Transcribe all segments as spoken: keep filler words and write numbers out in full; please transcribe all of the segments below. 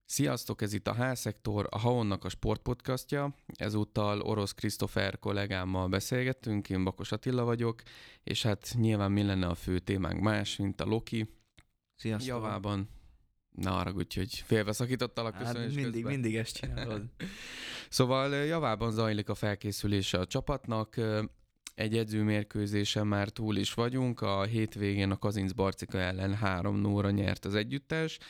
Sziasztok, ez itt a H-szektor, a Haonnak a sportpodcastja. Ezúttal Orosz Krisztofer kollégámmal beszélgettünk, én Bakos Attila vagyok, és hát nyilván mi lenne a fő témánk más, mint a Loki. Sziasztok. Javában. Na haragudj, hogy félbeszakítottalak hát köszönés mindig, közben. mindig ezt csinálod. Szóval javában zajlik a felkészülése a csapatnak. Egy edzőmérkőzésen már túl is vagyunk. A hétvégén a Kazincbarcika ellen három nulla nyert az együttes.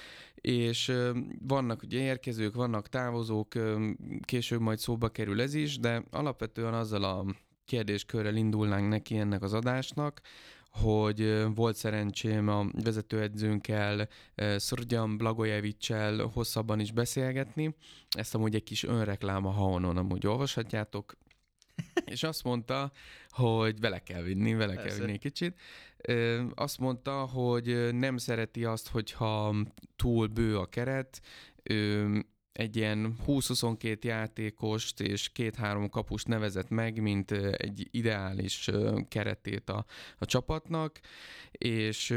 És vannak ugye érkezők, vannak távozók, később majd szóba kerül ez is, de alapvetően azzal a kérdéskörrel indulnánk neki ennek az adásnak, hogy volt szerencsém a vezetőedzőnkkel, Szrdjan Blagojevic-sel hosszabban is beszélgetni. Ezt amúgy egy kis önreklám a Haonon, amúgy olvashatjátok. És azt mondta, hogy vele kell vinni, vele Persze. kell vinni egy kicsit. Ö, azt mondta, hogy nem szereti azt, hogyha túl bő a keret, ö, egy ilyen húsz-huszonkettő játékost és két-három kapust nevezett meg, mint egy ideális keretét a, a csapatnak, és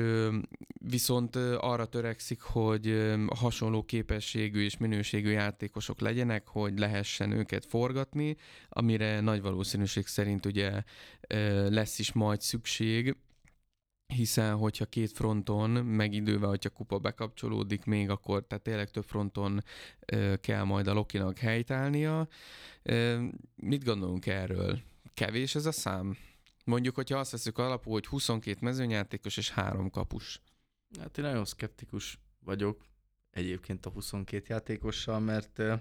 viszont arra törekszik, hogy hasonló képességű és minőségű játékosok legyenek, hogy lehessen őket forgatni, amire nagy valószínűség szerint ugye lesz is majd szükség, hiszen hogyha két fronton, meg idővel, hogyha kupa bekapcsolódik még, akkor tehát tényleg több fronton ö, kell majd a Lokinak helytállnia. Ö, mit gondolunk erről? Kevés ez a szám? Mondjuk, hogyha azt veszük alapul, hogy huszonkét mezőnyjátékos és három kapus. Hát én nagyon szkeptikus vagyok egyébként a huszonkét játékossal, mert uh,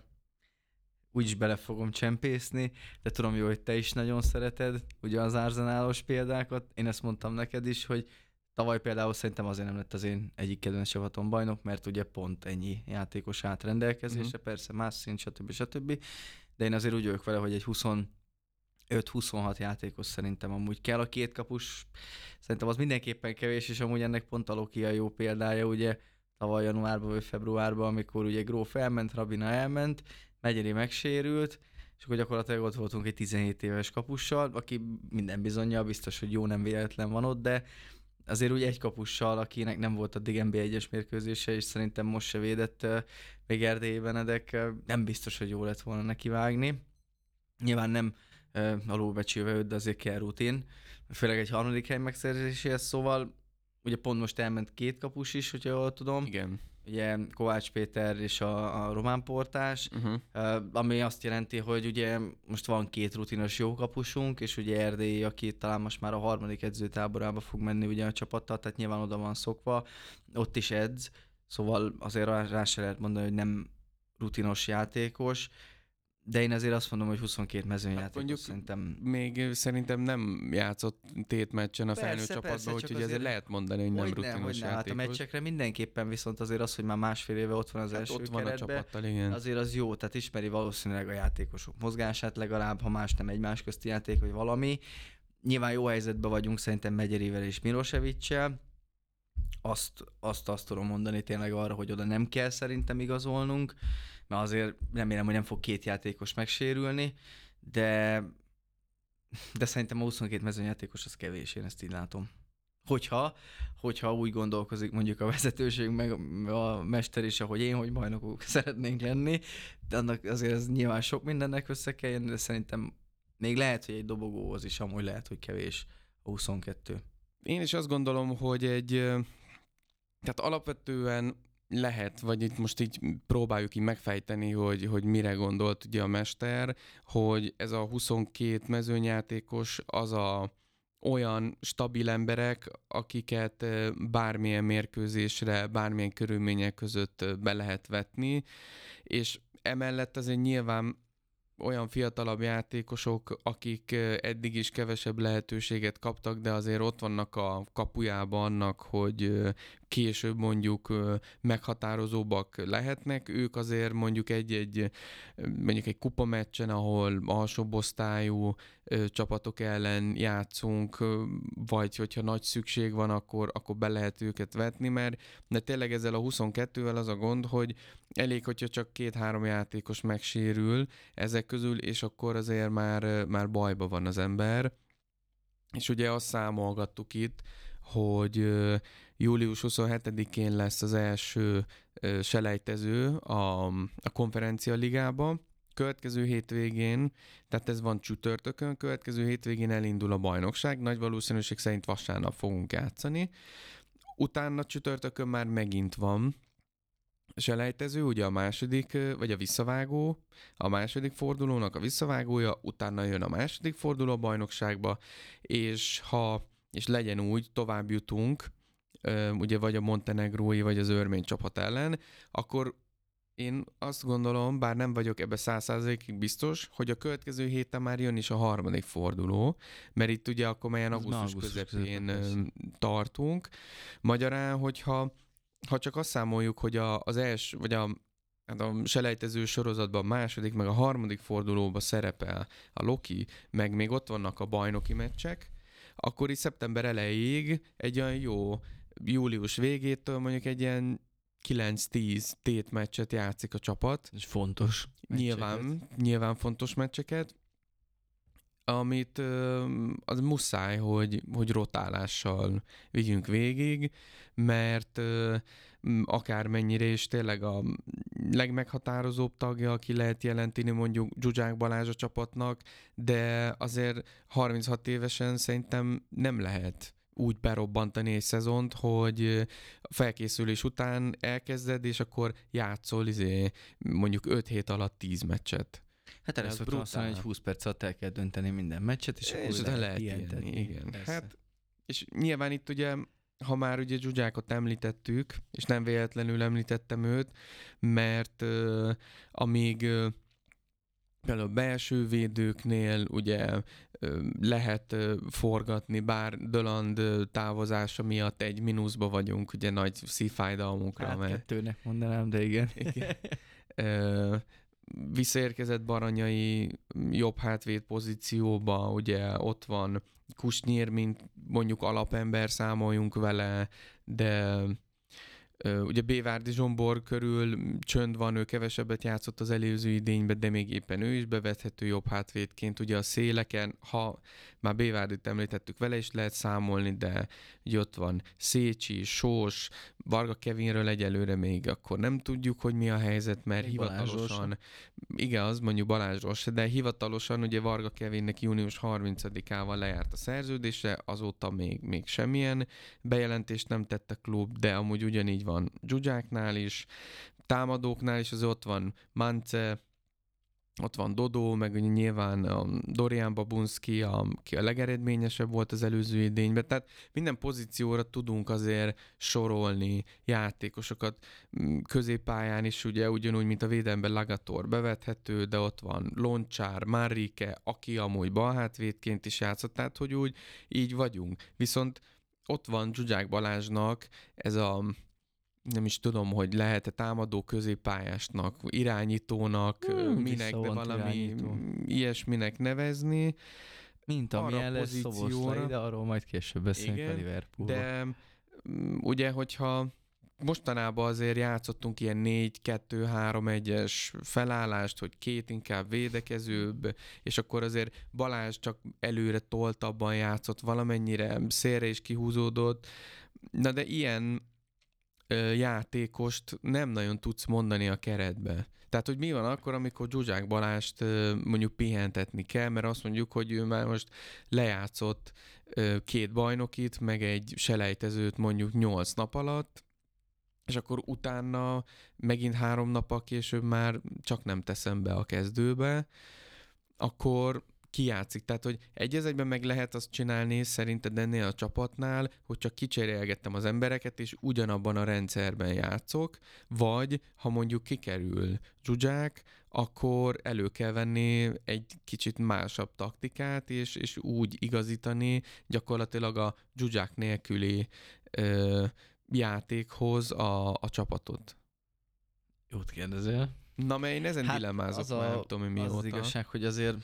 úgyis bele fogom csempészni, de tudom jó, hogy te is nagyon szereted ugye az Arsenalos példákat. Én ezt mondtam neked is, hogy tavaly például szerintem azért nem lett az én egyik kedvenc csapatom bajnok, mert ugye pont ennyi játékos állt rendelkezésre, uh-huh. persze más szint, stb. stb. De én azért úgy vagyok vele, hogy egy huszonöt-huszonhat játékos szerintem amúgy kell. A két kapus szerintem az mindenképpen kevés, és amúgy ennek pont a Loki a jó példája, ugye tavaly januárban vagy februárban, amikor ugye Gróf elment, Rabina elment, Megyeri megsérült, és akkor gyakorlatilag ott voltunk egy tizenhét éves kapussal, aki minden bizonnyal biztos, hogy jó nem véletlen van ott, de azért úgy egy kapussal, akinek nem volt addig en bé egyes mérkőzése, és szerintem most se védett még Erdélyi Benedek, nem biztos, hogy jó lett volna neki vágni. Nyilván nem alulbecsülve őt, de azért kell rutin, főleg egy harmadik hely megszerzéséhez, szóval ugye pont most elment két kapus is, hogyha jól tudom. Igen. Ugye Kovács Péter és a, a Román Portás, uh-huh. ami azt jelenti, hogy ugye most van két rutinos jó kapusunk, és ugye Erdélyi, aki talán most már a harmadik edzőtáborába fog menni ugye a csapattal, tehát nyilván oda van szokva, ott is edz, szóval azért rá, rá se lehet mondani, hogy nem rutinos játékos, de én azért azt mondom, hogy huszonkét mezőnyjátékos hát szerintem... Még szerintem nem játszott tétmeccsen a persze, felnőtt persze, csapatban, úgyhogy azért lehet mondani, hogy nem rutinos játékos. Hát a meccsekre mindenképpen viszont azért az, hogy már másfél éve ott van az hát első ott van keretbe, a csapattal, igen. Azért az jó, tehát ismeri valószínűleg a játékosok mozgását legalább, ha más nem egymás közti játék, vagy valami. Nyilván jó helyzetben vagyunk szerintem Megyerivel és Milosevic-sel. Azt, azt, azt tudom mondani tényleg arra, hogy oda nem kell szerintem igazolnunk, mert azért remélem, hogy nem fog két játékos megsérülni, de, de szerintem a huszonkét mezőnyjátékos az kevés, én ezt így látom. Hogyha, hogyha úgy gondolkozik mondjuk a vezetőség, meg a mester is, ahogy én, hogy bajnokok szeretnénk lenni, de annak azért ez nyilván sok mindennek össze kell jönni, de szerintem még lehet, hogy egy dobogóhoz is amúgy lehet, hogy kevés a huszonkettő. Én is azt gondolom, hogy egy, tehát alapvetően lehet, vagy itt most így próbáljuk így megfejteni, hogy, hogy mire gondolt ugye a mester, hogy ez a huszonkét mezőnyjátékos az a olyan stabil emberek, akiket bármilyen mérkőzésre, bármilyen körülmények között be lehet vetni, és emellett azért nyilván olyan fiatalabb játékosok, akik eddig is kevesebb lehetőséget kaptak, de azért ott vannak a kapujában annak, hogy később mondjuk meghatározóbbak lehetnek. Ők azért mondjuk egy-egy, mondjuk egy kupameccsen, ahol alsóbb osztályú csapatok ellen játszunk, vagy hogyha nagy szükség van, akkor, akkor be lehet őket vetni, mert de tényleg ezzel a huszonkettővel az a gond, hogy elég, hogyha csak két-három játékos megsérül ezek közül, és akkor azért már, már bajba van az ember. És ugye azt számolgattuk itt, hogy július huszonhetedikén lesz az első ö, selejtező a, a konferencia ligában. Következő hétvégén, tehát ez van csütörtökön, következő hétvégén elindul a bajnokság, nagy valószínűség szerint vasárnap fogunk játszani. Utána csütörtökön már megint van selejtező, ugye a második, vagy a visszavágó, a második fordulónak a visszavágója, utána jön a második forduló a bajnokságba, és ha, és legyen úgy, tovább jutunk, ugye vagy a montenegrói, vagy az örmény csapat ellen, akkor én azt gondolom, bár nem vagyok ebbe száz százalékig biztos, hogy a következő héten már jön is a harmadik forduló, mert itt ugye akkor melyen augusztus, augusztus közepén közepén tartunk. Magyarán, hogyha ha csak azt számoljuk, hogy a, az első, vagy a, hát a selejtező sorozatban a második, meg a harmadik fordulóban szerepel a Loki, meg még ott vannak a bajnoki meccsek, akkor is szeptember elejéig egy olyan jó július végétől mondjuk egy ilyen kilenc-tíz tétmeccset játszik a csapat. És fontos Nyilván, nyilván fontos meccseket, amit az muszáj, hogy, hogy rotálással vigyünk végig, mert akármennyire is tényleg a legmeghatározóbb tagja, aki lehet jelenteni mondjuk Zsuzsák Balázs a csapatnak, de azért harminchat évesen szerintem nem lehet úgy berobbantani egy szezont, hogy felkészülés után elkezded, és akkor játszol izé, mondjuk öt hét alatt tíz meccset. Hát erre szoktam azt mondani, hogy húsz perc alatt el kell dönteni minden meccset, és, és akkor lehet ilyentetni. Igen. Hát, és nyilván itt ugye, ha már ugye Zsuzsákot említettük, és nem véletlenül említettem őt, mert uh, amíg uh, például belső védőknél ugye lehet forgatni, bár Döland távozása miatt egy mínuszba vagyunk, ugye nagy szívfájdalmunkra. Hát mert... kettőnek mondanám, de igen. igen. Visszaérkezett Baranyai jobb hátvéd pozícióba, ugye ott van Kusnyír, mint mondjuk alapember, számoljunk vele, de ugye Bévárdi Zsombor körül csönd van, ő kevesebbet játszott az előző idényben, de még éppen ő is bevethető jobb hátvédként. Ugye a széleken, ha már Bévárdit említettük, vele is lehet számolni, de ugye ott van Szécsi, Sós, Varga Kevinről egyelőre még akkor nem tudjuk, hogy mi a helyzet, mert még hivatalosan, igen, az mondjuk Balázsról se, de hivatalosan ugye Varga Kevinnek június harmincadikával lejárt a szerződése, azóta még, még semmilyen bejelentést nem tett a klub, de amúgy ugyanígy van Zsuzsáknál is, támadóknál is, az ott van Mance, ott van Dodó, meg ugye nyilván a Dorian Babunski, aki a legeredményesebb volt az előző idényben, tehát minden pozícióra tudunk azért sorolni játékosokat, középpályán is ugye ugyanúgy, mint a védelemben Lagator bevethető, de ott van Loncsár, Marike, aki amúgy balhátvédként is játszott, tehát hogy úgy így vagyunk. Viszont ott van Zsuzsák Balázsnak ez a, nem is tudom, hogy lehet-e támadó középpályásnak, irányítónak, hmm, minek, de valami irányító. Ilyesminek nevezni. Mint amilyen lesz Szoboszlai, de arról majd később beszélünk a Liverpoolban. De ugye, hogyha mostanában azért játszottunk ilyen négy kettő három egyes felállást, hogy két inkább védekezőbb, és akkor azért Balázs csak előre toltabban játszott, valamennyire szélre is kihúzódott. Na de ilyen ö, játékost nem nagyon tudsz mondani a keretbe. Tehát, hogy mi van akkor, amikor Zsuzsák Balást ö, mondjuk pihentetni kell, mert azt mondjuk, hogy ő már most lejátszott ö, két bajnokit, meg egy selejtezőt mondjuk nyolc nap alatt, és akkor utána megint három nappal később már csak nem teszem be a kezdőbe, akkor kijátszik. Tehát, hogy egy az egyben meg lehet azt csinálni szerinted ennél a csapatnál, hogy csak kicserélgettem az embereket, és ugyanabban a rendszerben játszok, vagy ha mondjuk kikerül Zsuzsák, akkor elő kell venni egy kicsit másabb taktikát, és, és úgy igazítani gyakorlatilag a Zsuzsák nélküli ö, játékhoz a, a csapatot. Jót kérdezel. Na, mert én ezen hát dilemmázok már, nem tudom, hogy mióta. Az az igazság, hogy azért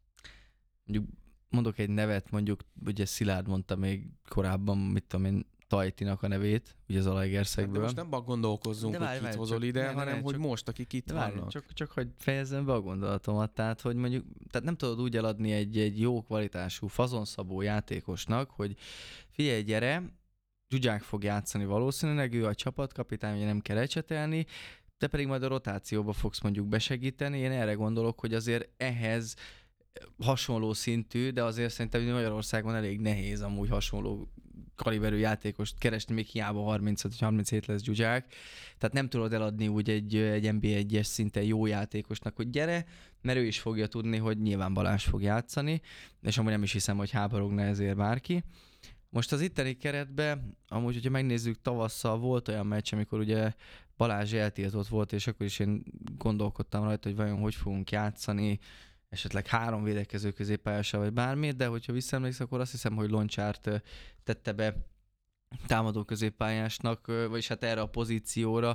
mondjuk mondok egy nevet, mondjuk ugye Szilárd mondta még korábban, mit tudom én, Tajtinak a nevét, ugye az Zalaegerszegből. Hát de most nem abban gondolkozzunk, de hogy kit hozol ide, nem, hanem nem, hogy csak, most, akik itt várj, vannak. Csak, csak hogy fejezzem be a gondolatomat, tehát hogy mondjuk, tehát nem tudod úgy eladni egy, egy jó kvalitású, fazonszabó játékosnak, hogy figyelj, gyere, Zsuzsák fog játszani valószínűleg, ő a csapatkapitány, ugye nem kell ecsetelni, te pedig majd a rotációba fogsz mondjuk besegíteni. Én erre gondolok, hogy azért ehhez hasonló szintű, de azért szerintem Magyarországon elég nehéz amúgy hasonló kaliberű játékost keresni, még hiába harmincöt vagy harminchét lesz Zsuzsák. Tehát nem tudod eladni úgy egy, egy en bé egyes szinten jó játékosnak, hogy gyere, mert ő is fogja tudni, hogy nyilván Balázs fog játszani, és amúgy nem is hiszem, hogy háborogna ezért bárki. Most az itteni keretben, amúgy, hogyha megnézzük, tavasszal volt olyan meccs, amikor ugye Balázs eltiltott volt, és akkor is én gondolkodtam rajta, hogy vajon hogy fogunk játszani, esetleg három védekező középpályással, vagy bármi, de hogyha visszaemlékszem, akkor azt hiszem, hogy Loncsárt tette be támadó középpályásnak, vagyis hát erre a pozícióra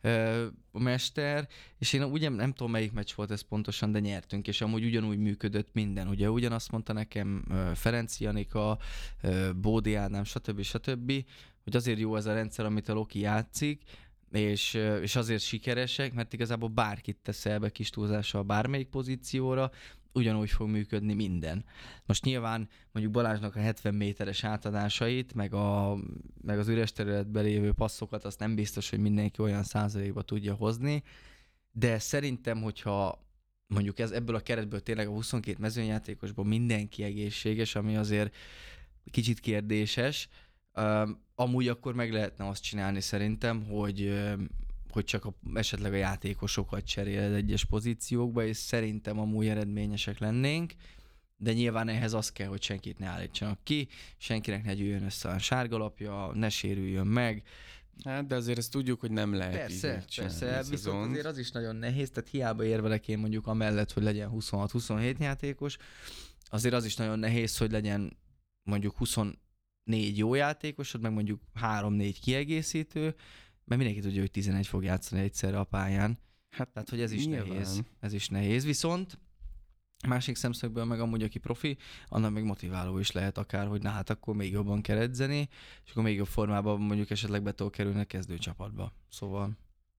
a mester, és én ugye nem tudom, melyik meccs volt ez pontosan, de nyertünk, és amúgy ugyanúgy működött minden. Ugye ugyanazt mondta nekem Ferenc Janika, Bódi Ádám, stb. stb., hogy azért jó ez a rendszer, amit a Loki játszik, és, és azért sikeresek, mert igazából bárkit tesz el be kis túlzással bármelyik pozícióra, ugyanúgy fog működni minden. Most nyilván mondjuk Balázsnak a hetven méteres átadásait, meg, a, meg az üres területben lévő passzokat, azt nem biztos, hogy mindenki olyan százalékba tudja hozni, de szerintem, hogyha mondjuk ez, ebből a keretből tényleg a huszonkét mezőnyjátékosból mindenki egészséges, ami azért kicsit kérdéses, Um, amúgy akkor meg lehetne azt csinálni szerintem, hogy, um, hogy csak a, esetleg a játékosokat cseréled egyes pozíciókba, és szerintem amúgy eredményesek lennénk, de nyilván ehhez az kell, hogy senkit ne állítsanak ki, senkinek ne gyűjjön össze a sárgalapja, ne sérüljön meg. Hát, de azért ezt tudjuk, hogy nem lehet persze, így persze, persze, viszont azért az is nagyon nehéz, tehát hiába érvelek én mondjuk amellett, hogy legyen huszonhat-huszonhét játékos, azért az is nagyon nehéz, hogy legyen mondjuk huszonnégy jó játékosod, meg mondjuk három-négy kiegészítő, mert mindenki tudja, hogy tizenegy fog játszani egyszerre a pályán. Hát, tehát, hogy ez is nyilván nehéz. Ez is nehéz. Viszont másik szemszögből meg amúgy, aki profi, annak még motiváló is lehet akár, hogy na hát akkor még jobban kell edzeni, és akkor még jobb formában mondjuk esetleg be tudok kerülni a kezdőcsapatba. Szóval...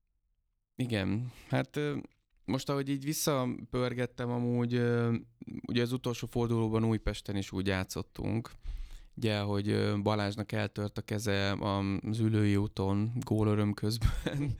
Igen, hát most ahogy így visszapörgettem amúgy, ugye az utolsó fordulóban Újpesten is úgy játszottunk, ugye, hogy Balázsnak eltört a keze az Ülői úton gólöröm közben,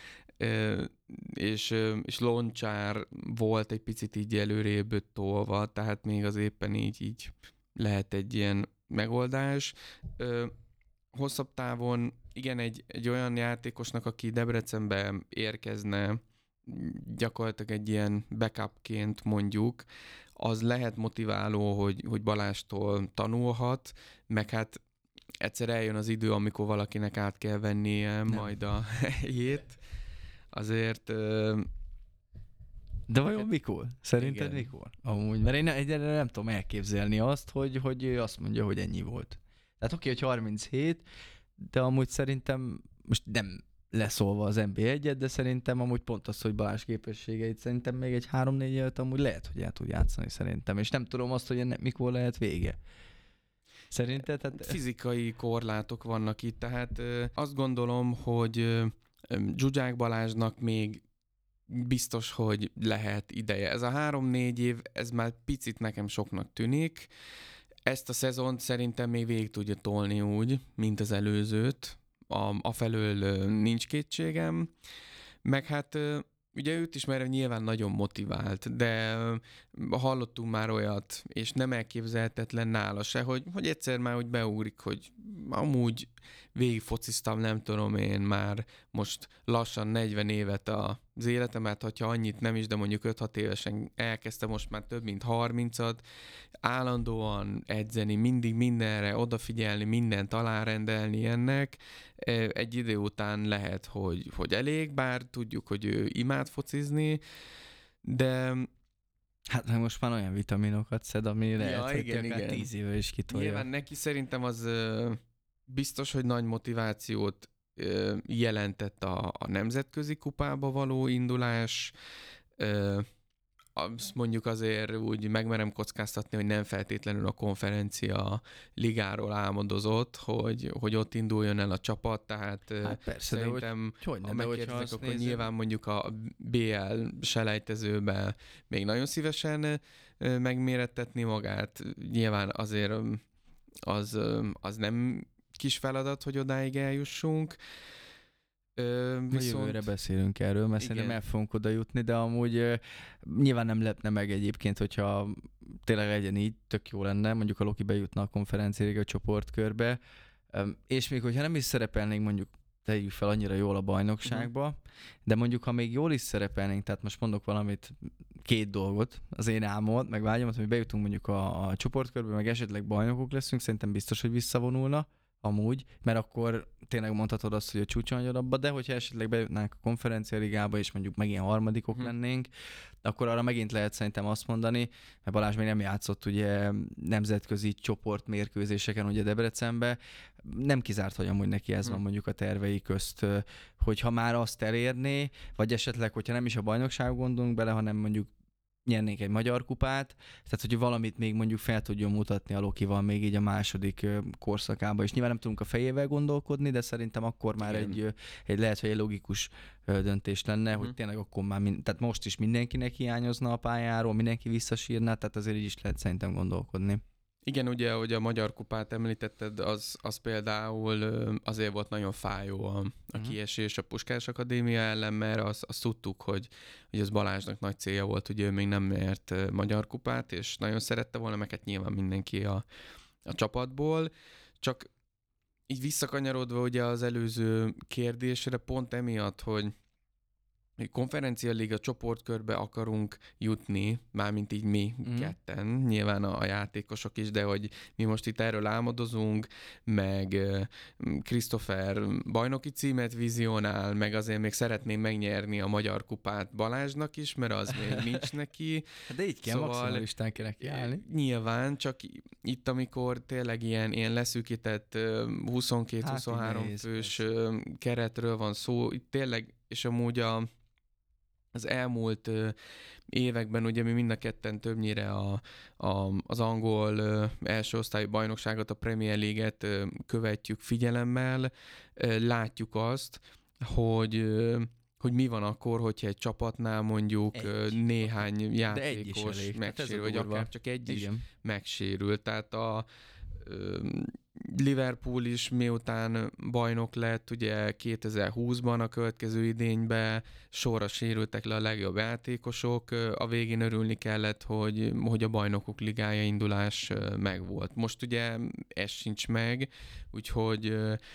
és, és Loncsár volt egy picit így előrébb tolva, tehát még az éppen így, így lehet egy ilyen megoldás. Hosszabb távon igen, egy, egy olyan játékosnak, aki Debrecenbe érkezne, gyakorlatilag egy ilyen backupként mondjuk, az lehet motiváló, hogy, hogy Balástól tanulhat, meg hát egyszer eljön az idő, amikor valakinek át kell vennie Nem. majd a helyét. Azért... De vajon mikor? Szerinted igen. mikor? Amúgy, mert én egyelőre nem tudom elképzelni azt, hogy, hogy ő azt mondja, hogy ennyi volt. Tehát oké, hogy harminchét, de amúgy szerintem, most nem leszólva az en bé egyet, de szerintem amúgy pont az, hogy Balázs képességeit szerintem még egy három-négy évet amúgy lehet, hogy el tud játszani szerintem, és nem tudom azt, hogy ennek mikor lehet vége. Szerinted? Hát... Fizikai korlátok vannak itt, tehát ö, azt gondolom, hogy ö, Zsuzsák Balázsnak még biztos, hogy lehet ideje. Ez a három-négy év, ez már picit nekem soknak tűnik. Ezt a szezont szerintem még végig tudja tolni úgy, mint az előzőt. A, a felől nincs kétségem. Meg hát ugye őt is már nyilván nagyon motivált, de hallottunk már olyat, és nem elképzelhetetlen nála se, hogy, hogy egyszer már úgy beúrik, hogy amúgy végig fociztam, nem tudom én már most lassan negyven évet az életemet, hogyha annyit nem is, de mondjuk öt-hat évesen elkezdtem most már több mint harmincat, állandóan edzeni, mindig mindenre odafigyelni, mindent alárendelni ennek. Egy idő után lehet, hogy, hogy elég, bár tudjuk, hogy ő imád focizni, de... Hát meg most már olyan vitaminokat szed, ami lehet, ja, hogy igen, akár igen. tíz éve is kitolja. Nyilván neki szerintem az biztos, hogy nagy motivációt jelentett a, a nemzetközi kupába való indulás. Azt mondjuk azért úgy megmerem kockáztatni, hogy nem feltétlenül a konferencia ligáról álmodozott, hogy, hogy ott induljon el a csapat, tehát hát persze, szerintem, hogy, hogy nem, ha megkérdezek, akkor nézem. Nyilván mondjuk a bé el selejtezőben még nagyon szívesen megmérettetni magát. Nyilván azért az, az nem kis feladat, hogy odáig eljussunk. Ö, viszont... A jövőre beszélünk erről, mert igen. Szerintem el fogunk oda jutni, de amúgy uh, nyilván nem lepne meg egyébként, hogyha tényleg legyen így, tök jó lenne, mondjuk a Loki bejutna a konferenciáig a csoportkörbe, um, és még hogyha nem is szerepelnénk mondjuk tegyük fel annyira jól a bajnokságba, uh-huh. de mondjuk ha még jól is szerepelnénk, tehát most mondok valamit, két dolgot, az én álmod, meg vágyomat, hogy bejutunk mondjuk a, a csoportkörbe, meg esetleg bajnokok leszünk, szerintem biztos, hogy visszavonulna, amúgy, mert akkor tényleg mondhatod azt, hogy a csúcson vagy abba, de hogyha esetleg bejutnánk a konferencialigába, és mondjuk megint harmadikok hmm. lennénk, akkor arra megint lehet szerintem azt mondani, mert Balázs még nem játszott ugye nemzetközi csoportmérkőzéseken ugye Debrecenbe, nem kizárt, hogy amúgy neki ez hmm. van mondjuk a tervei közt, hogyha már azt elérné, vagy esetleg, hogyha nem is a bajnokság gondolunk bele, hanem mondjuk nyernénk egy magyar kupát, tehát hogy valamit még mondjuk fel tudjon mutatni a Lokival még így a második korszakában, és nyilván nem tudunk a fejével gondolkodni, de szerintem akkor már egy, egy lehet, hogy egy logikus döntés lenne, uh-huh. hogy tényleg akkor már, mind, tehát most is mindenkinek hiányozna a pályáról, mindenki visszasírná, tehát azért így is lehet szerintem gondolkodni. Igen, ugye, hogy a Magyar Kupát említetted, az, az például azért volt nagyon fájó a, a uh-huh. kiesés a Puskás Akadémia ellen, mert azt, azt tudtuk, hogy, hogy az Balázsnak nagy célja volt, ugye ő még nem nyert Magyar Kupát, és nagyon szerette volna, meg hát nyilván mindenki a, a csapatból, csak így visszakanyarodva ugye az előző kérdésre, pont emiatt, hogy konferencialiga csoportkörbe akarunk jutni, mármint így mi mm. ketten, nyilván a, a játékosok is, de hogy mi most itt erről álmodozunk, meg Christopher bajnoki címet vizionál, meg azért még szeretném megnyerni a Magyar Kupát Balázsnak is, mert az még nincs neki. De így kell, szóval maximalistán kell neki állni. Nyilván, csak itt, amikor tényleg ilyen, ilyen leszűkített huszonkét-huszonhárom hát, fős persze. keretről van szó, itt tényleg, és amúgy a az elmúlt ö, években ugye mi mind a ketten többnyire a, a, az angol ö, első osztályú bajnokságot, a Premier League-et ö, követjük figyelemmel, ö, látjuk azt, hogy, ö, hogy mi van akkor, hogyha egy csapatnál mondjuk egy. néhány játékos megsérül, vagy akár csak egy Igen. is megsérül. Tehát a ö, Liverpool is miután bajnok lett, ugye kétezer-húszban a következő idényben sorra sérültek le a legjobb játékosok, a végén örülni kellett, hogy, hogy a bajnokok ligája indulás megvolt. Most ugye ez sincs meg, úgyhogy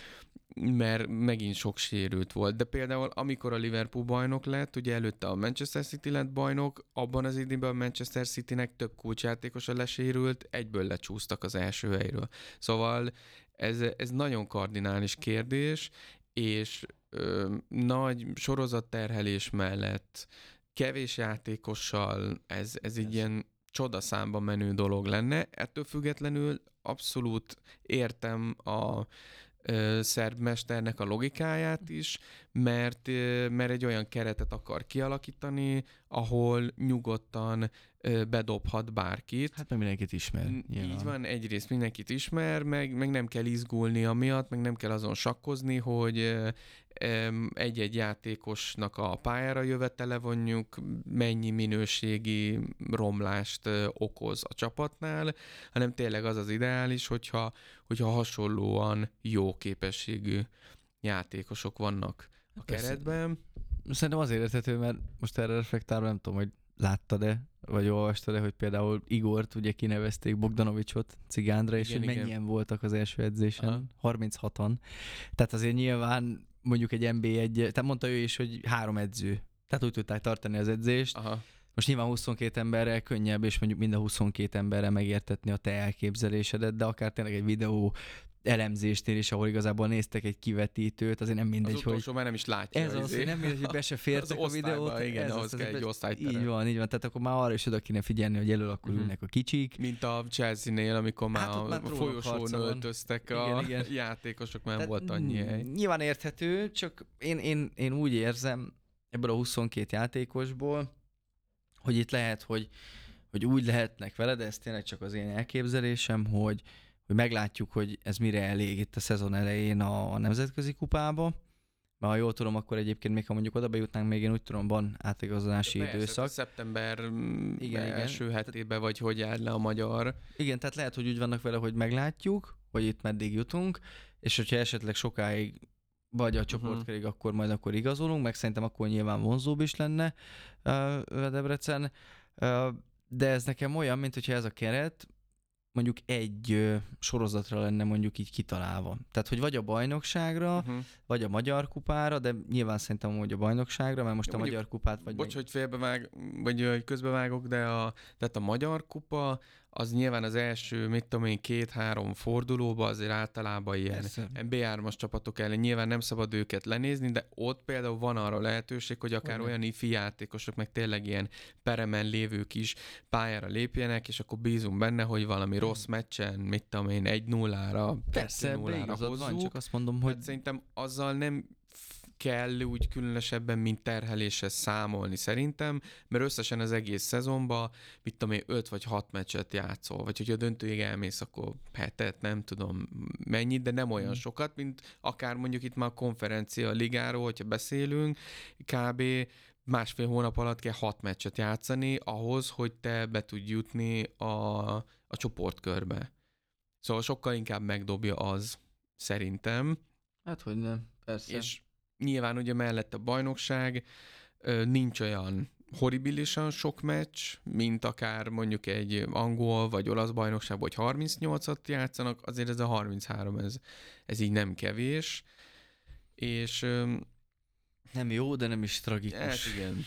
mert megint sok sérült volt. De például amikor a Liverpool bajnok lett, ugye előtte a Manchester City lett bajnok, abban az időben a Manchester Citynek több kulcsjátékosa lesérült, egyből lecsúsztak az első helyről. Szóval ez, ez nagyon kardinális kérdés, és ö, nagy sorozatterhelés mellett kevés játékossal ez, ez egy ilyen csodaszámba menő dolog lenne. Ettől függetlenül abszolút értem a szerb mesternek a logikáját is, mert, mert egy olyan keretet akar kialakítani, ahol nyugodtan bedobhat bárkit. Hát meg mindenkit ismer. Így nyilván. Van, egyrészt mindenkit ismer, meg, meg nem kell izgulni amiatt, meg nem kell azon sakkozni, hogy egy-egy játékosnak a pályára jövetele vonjuk, mennyi minőségi romlást okoz a csapatnál, hanem tényleg az az ideális, hogyha, hogyha hasonlóan jó képességű játékosok vannak a keretben. Szerintem azért érthető, mert most erre reflektálva nem tudom, hogy láttad-e, vagy olvastad-e, hogy például Igort ugye kinevezték Bogdanovicsot Cigándra, és igen, hogy mennyien igen. voltak az első edzésen? Aha. harminchatan. Tehát azért nyilván mondjuk egy en bé egy, tehát mondta ő is, hogy három edző. Tehát úgy tudták tartani az edzést. Aha. Most nyilván huszonkét emberrel könnyebb, és mondjuk mind a huszonkét emberrel megértetni a te elképzelésedet, de akár tényleg egy videó elemzésnél is, ahol igazából néztek egy kivetítőt, azért nem mindegy, az utolsó hogy... már nem is látja. Ez az, hogy nem mindegy, hogy be se fértek a videót. Igen, ahhoz kell egy osztályterem. Így van, így van. Tehát akkor már arra is oda kéne figyelni, hogy elől akkor ülnek a kicsik. Mint a Chelsea-nél, amikor már hát, a már folyosón öltöztek a igen, igen. játékosok, már nem volt annyi hely. Nyilván érthető, csak én, én, én úgy érzem ebből a huszonkét játékosból, hogy itt lehet, hogy, hogy úgy lehetnek vele, de ez tényleg csak az én elképzelésem, hogy hogy meglátjuk, hogy ez mire elég itt a szezon elején a, a nemzetközi kupába. Mert ha jól tudom, akkor egyébként még ha mondjuk oda bejutnánk, még én úgy tudom, van átigazolási persze, időszak. Szeptember igen, első igen. hetében, vagy hogy áll le a magyar. Igen, tehát lehet, hogy úgy vannak vele, hogy meglátjuk, hogy itt meddig jutunk, és hogyha esetleg sokáig vagy a csoportkörig, uh-huh. akkor majd akkor igazolunk, meg szerintem akkor nyilván vonzóbb is lenne uh, Debrecen. Uh, de ez nekem olyan, mint hogyha ez a keret mondjuk egy ö, sorozatra lenne mondjuk így kitalálva. Tehát, hogy vagy a bajnokságra, uh-huh. vagy a Magyar Kupára, de nyilván szerintem hogy a bajnokságra, mert most ja, a mondjuk, Magyar Kupát vagy... Bocs, meg... hogy félbevág, vagy közbevágok, de a, tehát a Magyar Kupa az nyilván az első, mit tudom én, két-három fordulóban azért általában ilyen Persze. bé hármas csapatok ellen nyilván nem szabad őket lenézni, de ott például van arra lehetőség, hogy akár Olyan. olyan ifi játékosok, meg tényleg ilyen peremen lévők is pályára lépjenek, és akkor bízunk benne, hogy valami hmm. rossz meccsen, mit tudom én, egy nullára, kettő nullára hozzuk. Van, csak azt mondom, hogy... Hát szerintem azzal nem kell úgy különösebben, mint terheléshez számolni szerintem, mert összesen az egész szezonban, mit tudom én, öt vagy hat meccset játszol, vagy hogyha döntőig elmész, akkor hetet, nem tudom mennyit, de nem olyan mm. sokat, mint akár mondjuk itt már a konferencia a ligáról, hogyha beszélünk, kb. Másfél hónap alatt kell hat meccset játszani ahhoz, hogy te be tudj jutni a, a csoportkörbe. Szóval sokkal inkább megdobja az, szerintem. Hát, hogy nem, persze. És nyilván ugye mellett a bajnokság nincs olyan horribilisan sok meccs, mint akár mondjuk egy angol vagy olasz bajnokságban, hogy harmincnyolcat játszanak, azért ez a harminchárom, ez, ez így nem kevés. És... Nem jó, de nem is tragikus. Hát igen.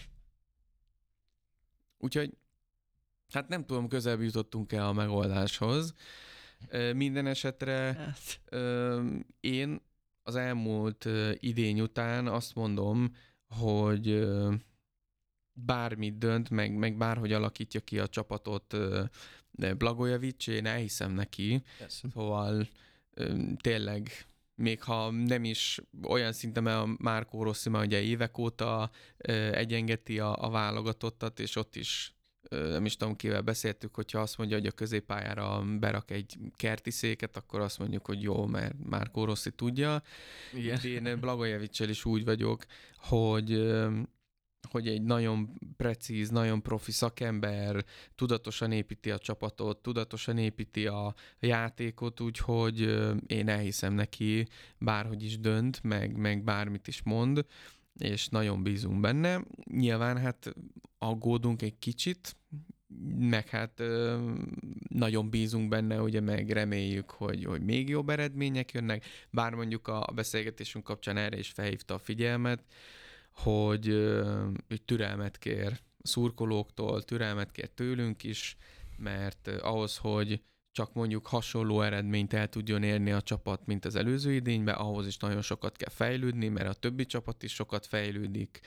Úgyhogy hát nem tudom, közelebb jutottunk el a megoldáshoz. Minden esetre hát. én az elmúlt uh, idény után azt mondom, hogy uh, bármit dönt, meg, meg bárhogy alakítja ki a csapatot uh, Blagojevic, én elhiszem neki. Yes. Szóval uh, tényleg, még ha nem is olyan szinten, mert a Marco Rossi már ugye évek óta uh, egyengeti a, a válogatottat, és ott is nem is tudom, kivel beszéltük, hogyha azt mondja, hogy a középpályára berak egy kerti széket, akkor azt mondjuk, hogy jó, mert Marco Rossi tudja. Igen. Én Blagojevic-sel is úgy vagyok, hogy, hogy egy nagyon precíz, nagyon profi szakember tudatosan építi a csapatot, tudatosan építi a játékot, úgyhogy én elhiszem neki, bárhogy is dönt, meg, meg bármit is mond, és nagyon bízunk benne. Nyilván hát aggódunk egy kicsit, meg hát ö, nagyon bízunk benne, ugye meg reméljük, hogy, hogy még jobb eredmények jönnek, bár mondjuk a beszélgetésünk kapcsán erre is felhívta a figyelmet, hogy, ö, hogy türelmet kér a szurkolóktól, türelmet kér tőlünk is, mert ö, ahhoz, hogy csak mondjuk hasonló eredményt el tudjon érni a csapat, mint az előző idényben, ahhoz is nagyon sokat kell fejlődni, mert a többi csapat is sokat fejlődik.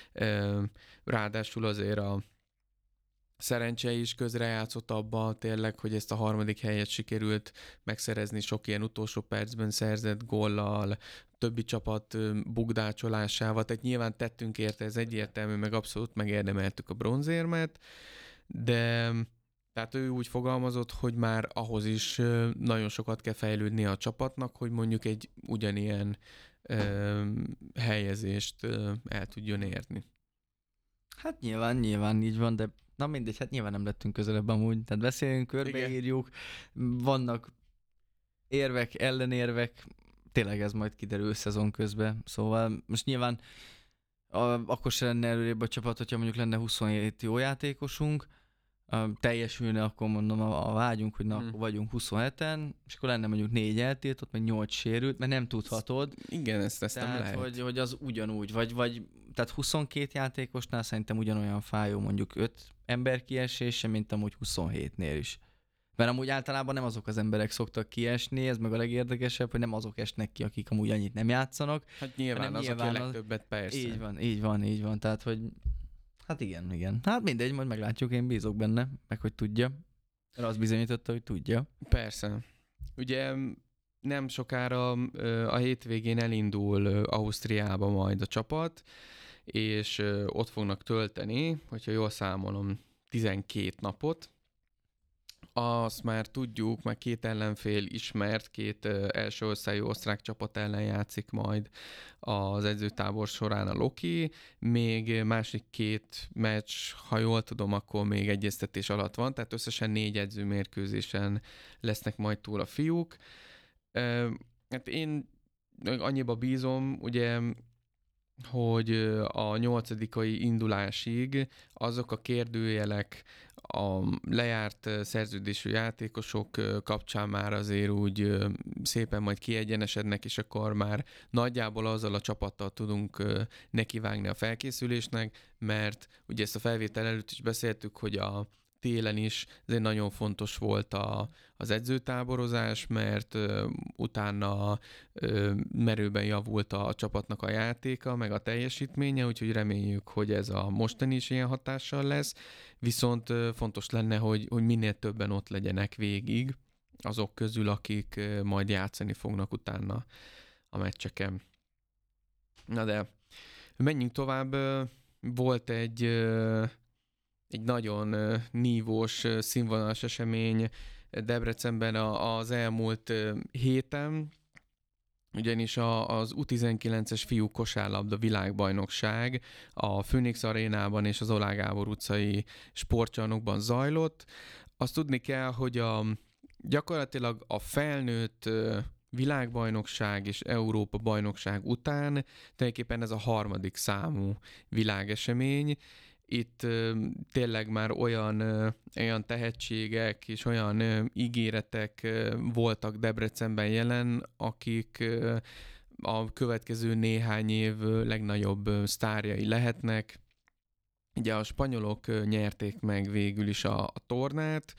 Ráadásul azért a szerencse is közrejátszott abba tényleg, hogy ezt a harmadik helyet sikerült megszerezni sok ilyen utolsó percben szerzett góllal, többi csapat bugdácsolásával, tehát nyilván tettünk érte, ez egyértelmű, meg abszolút megérdemeltük a bronzérmet, de tehát ő úgy fogalmazott, hogy már ahhoz is nagyon sokat kell fejlődni a csapatnak, hogy mondjuk egy ugyanilyen ö, helyezést ö, el tudjon érni. Hát nyilván, nyilván így van, de na mindegy, hát nyilván nem lettünk közelebb amúgy, tehát beszélünk, körbeírjuk, vannak érvek, ellenérvek, tényleg ez majd kiderül szezon közben, szóval most nyilván a, akkor se lenne előrébb a csapat, hogyha mondjuk lenne huszonhét jó játékosunk, Uh, teljesülne, akkor mondom a, a vágyunk, hogy na, hmm. akkor vagyunk huszonheten, és akkor lenne mondjuk négy eltiltott, meg nyolc sérült, mert nem tudhatod. Igen, ezt, ezt tehát, nem lehet. Hogy, hogy az ugyanúgy, vagy, vagy tehát huszonkét játékosnál szerintem ugyanolyan fájó mondjuk öt ember kiesése, mint amúgy huszonhétnél is. Mert amúgy általában nem azok az emberek szoktak kiesni, ez meg a legérdekesebb, hogy nem azok esnek ki, akik amúgy annyit nem játszanak. Hát nyilván az, nyilván aki a legtöbbet, persze. Így van, így van, így van, tehát hogy hát igen, igen. Hát mindegy, majd meglátjuk, én bízok benne, meg hogy tudja. Mert az bizonyította, hogy tudja. Persze. Ugye nem sokára a hétvégén elindul Ausztriába majd a csapat, és ott fognak tölteni, hogyha jól számolom, tizenkét napot, Azt már tudjuk, már két ellenfél ismert, két ö, első osztályú osztrák csapat ellen játszik majd az edzőtábor során a Loki, még másik két meccs, ha jól tudom, akkor még egyeztetés alatt van, tehát összesen négy edzőmérkőzésen lesznek majd túl a fiúk. Ö, hát én annyiba bízom, ugye, hogy a nyolcadikai indulásig azok a kérdőjelek, a lejárt szerződésű játékosok kapcsán már azért úgy szépen majd kiegyenesednek, és akkor már nagyjából azzal a csapattal tudunk nekivágni a felkészülésnek, mert ugye ezt a felvétel előtt is beszéltük, hogy a télen is ezért nagyon fontos volt a, az edzőtáborozás, mert ö, utána ö, merőben javult a, a csapatnak a játéka, meg a teljesítménye, úgyhogy reméljük, hogy ez a mostani is ilyen hatással lesz. Viszont ö, fontos lenne, hogy, hogy minél többen ott legyenek végig, azok közül, akik ö, majd játszani fognak utána a meccseken. Na de menjünk tovább. Volt egy... Ö, egy nagyon uh, nívós, uh, színvonalas esemény Debrecenben a, az elmúlt uh, héten, ugyanis a, az U tizenkilences fiú kosárlabda világbajnokság a Phoenix arénában és az Oláh Gábor utcai sportcsarnokban zajlott. Azt tudni kell, hogy a, gyakorlatilag a felnőtt uh, világbajnokság és Európa bajnokság után tulajdonképpen ez a harmadik számú világesemény. Itt ö, tényleg már olyan, ö, olyan tehetségek és olyan ö, ígéretek ö, voltak Debrecenben jelen, akik ö, a következő néhány év ö, legnagyobb ö, sztárjai lehetnek. Ugye a spanyolok ö, nyerték meg végül is a, a tornát,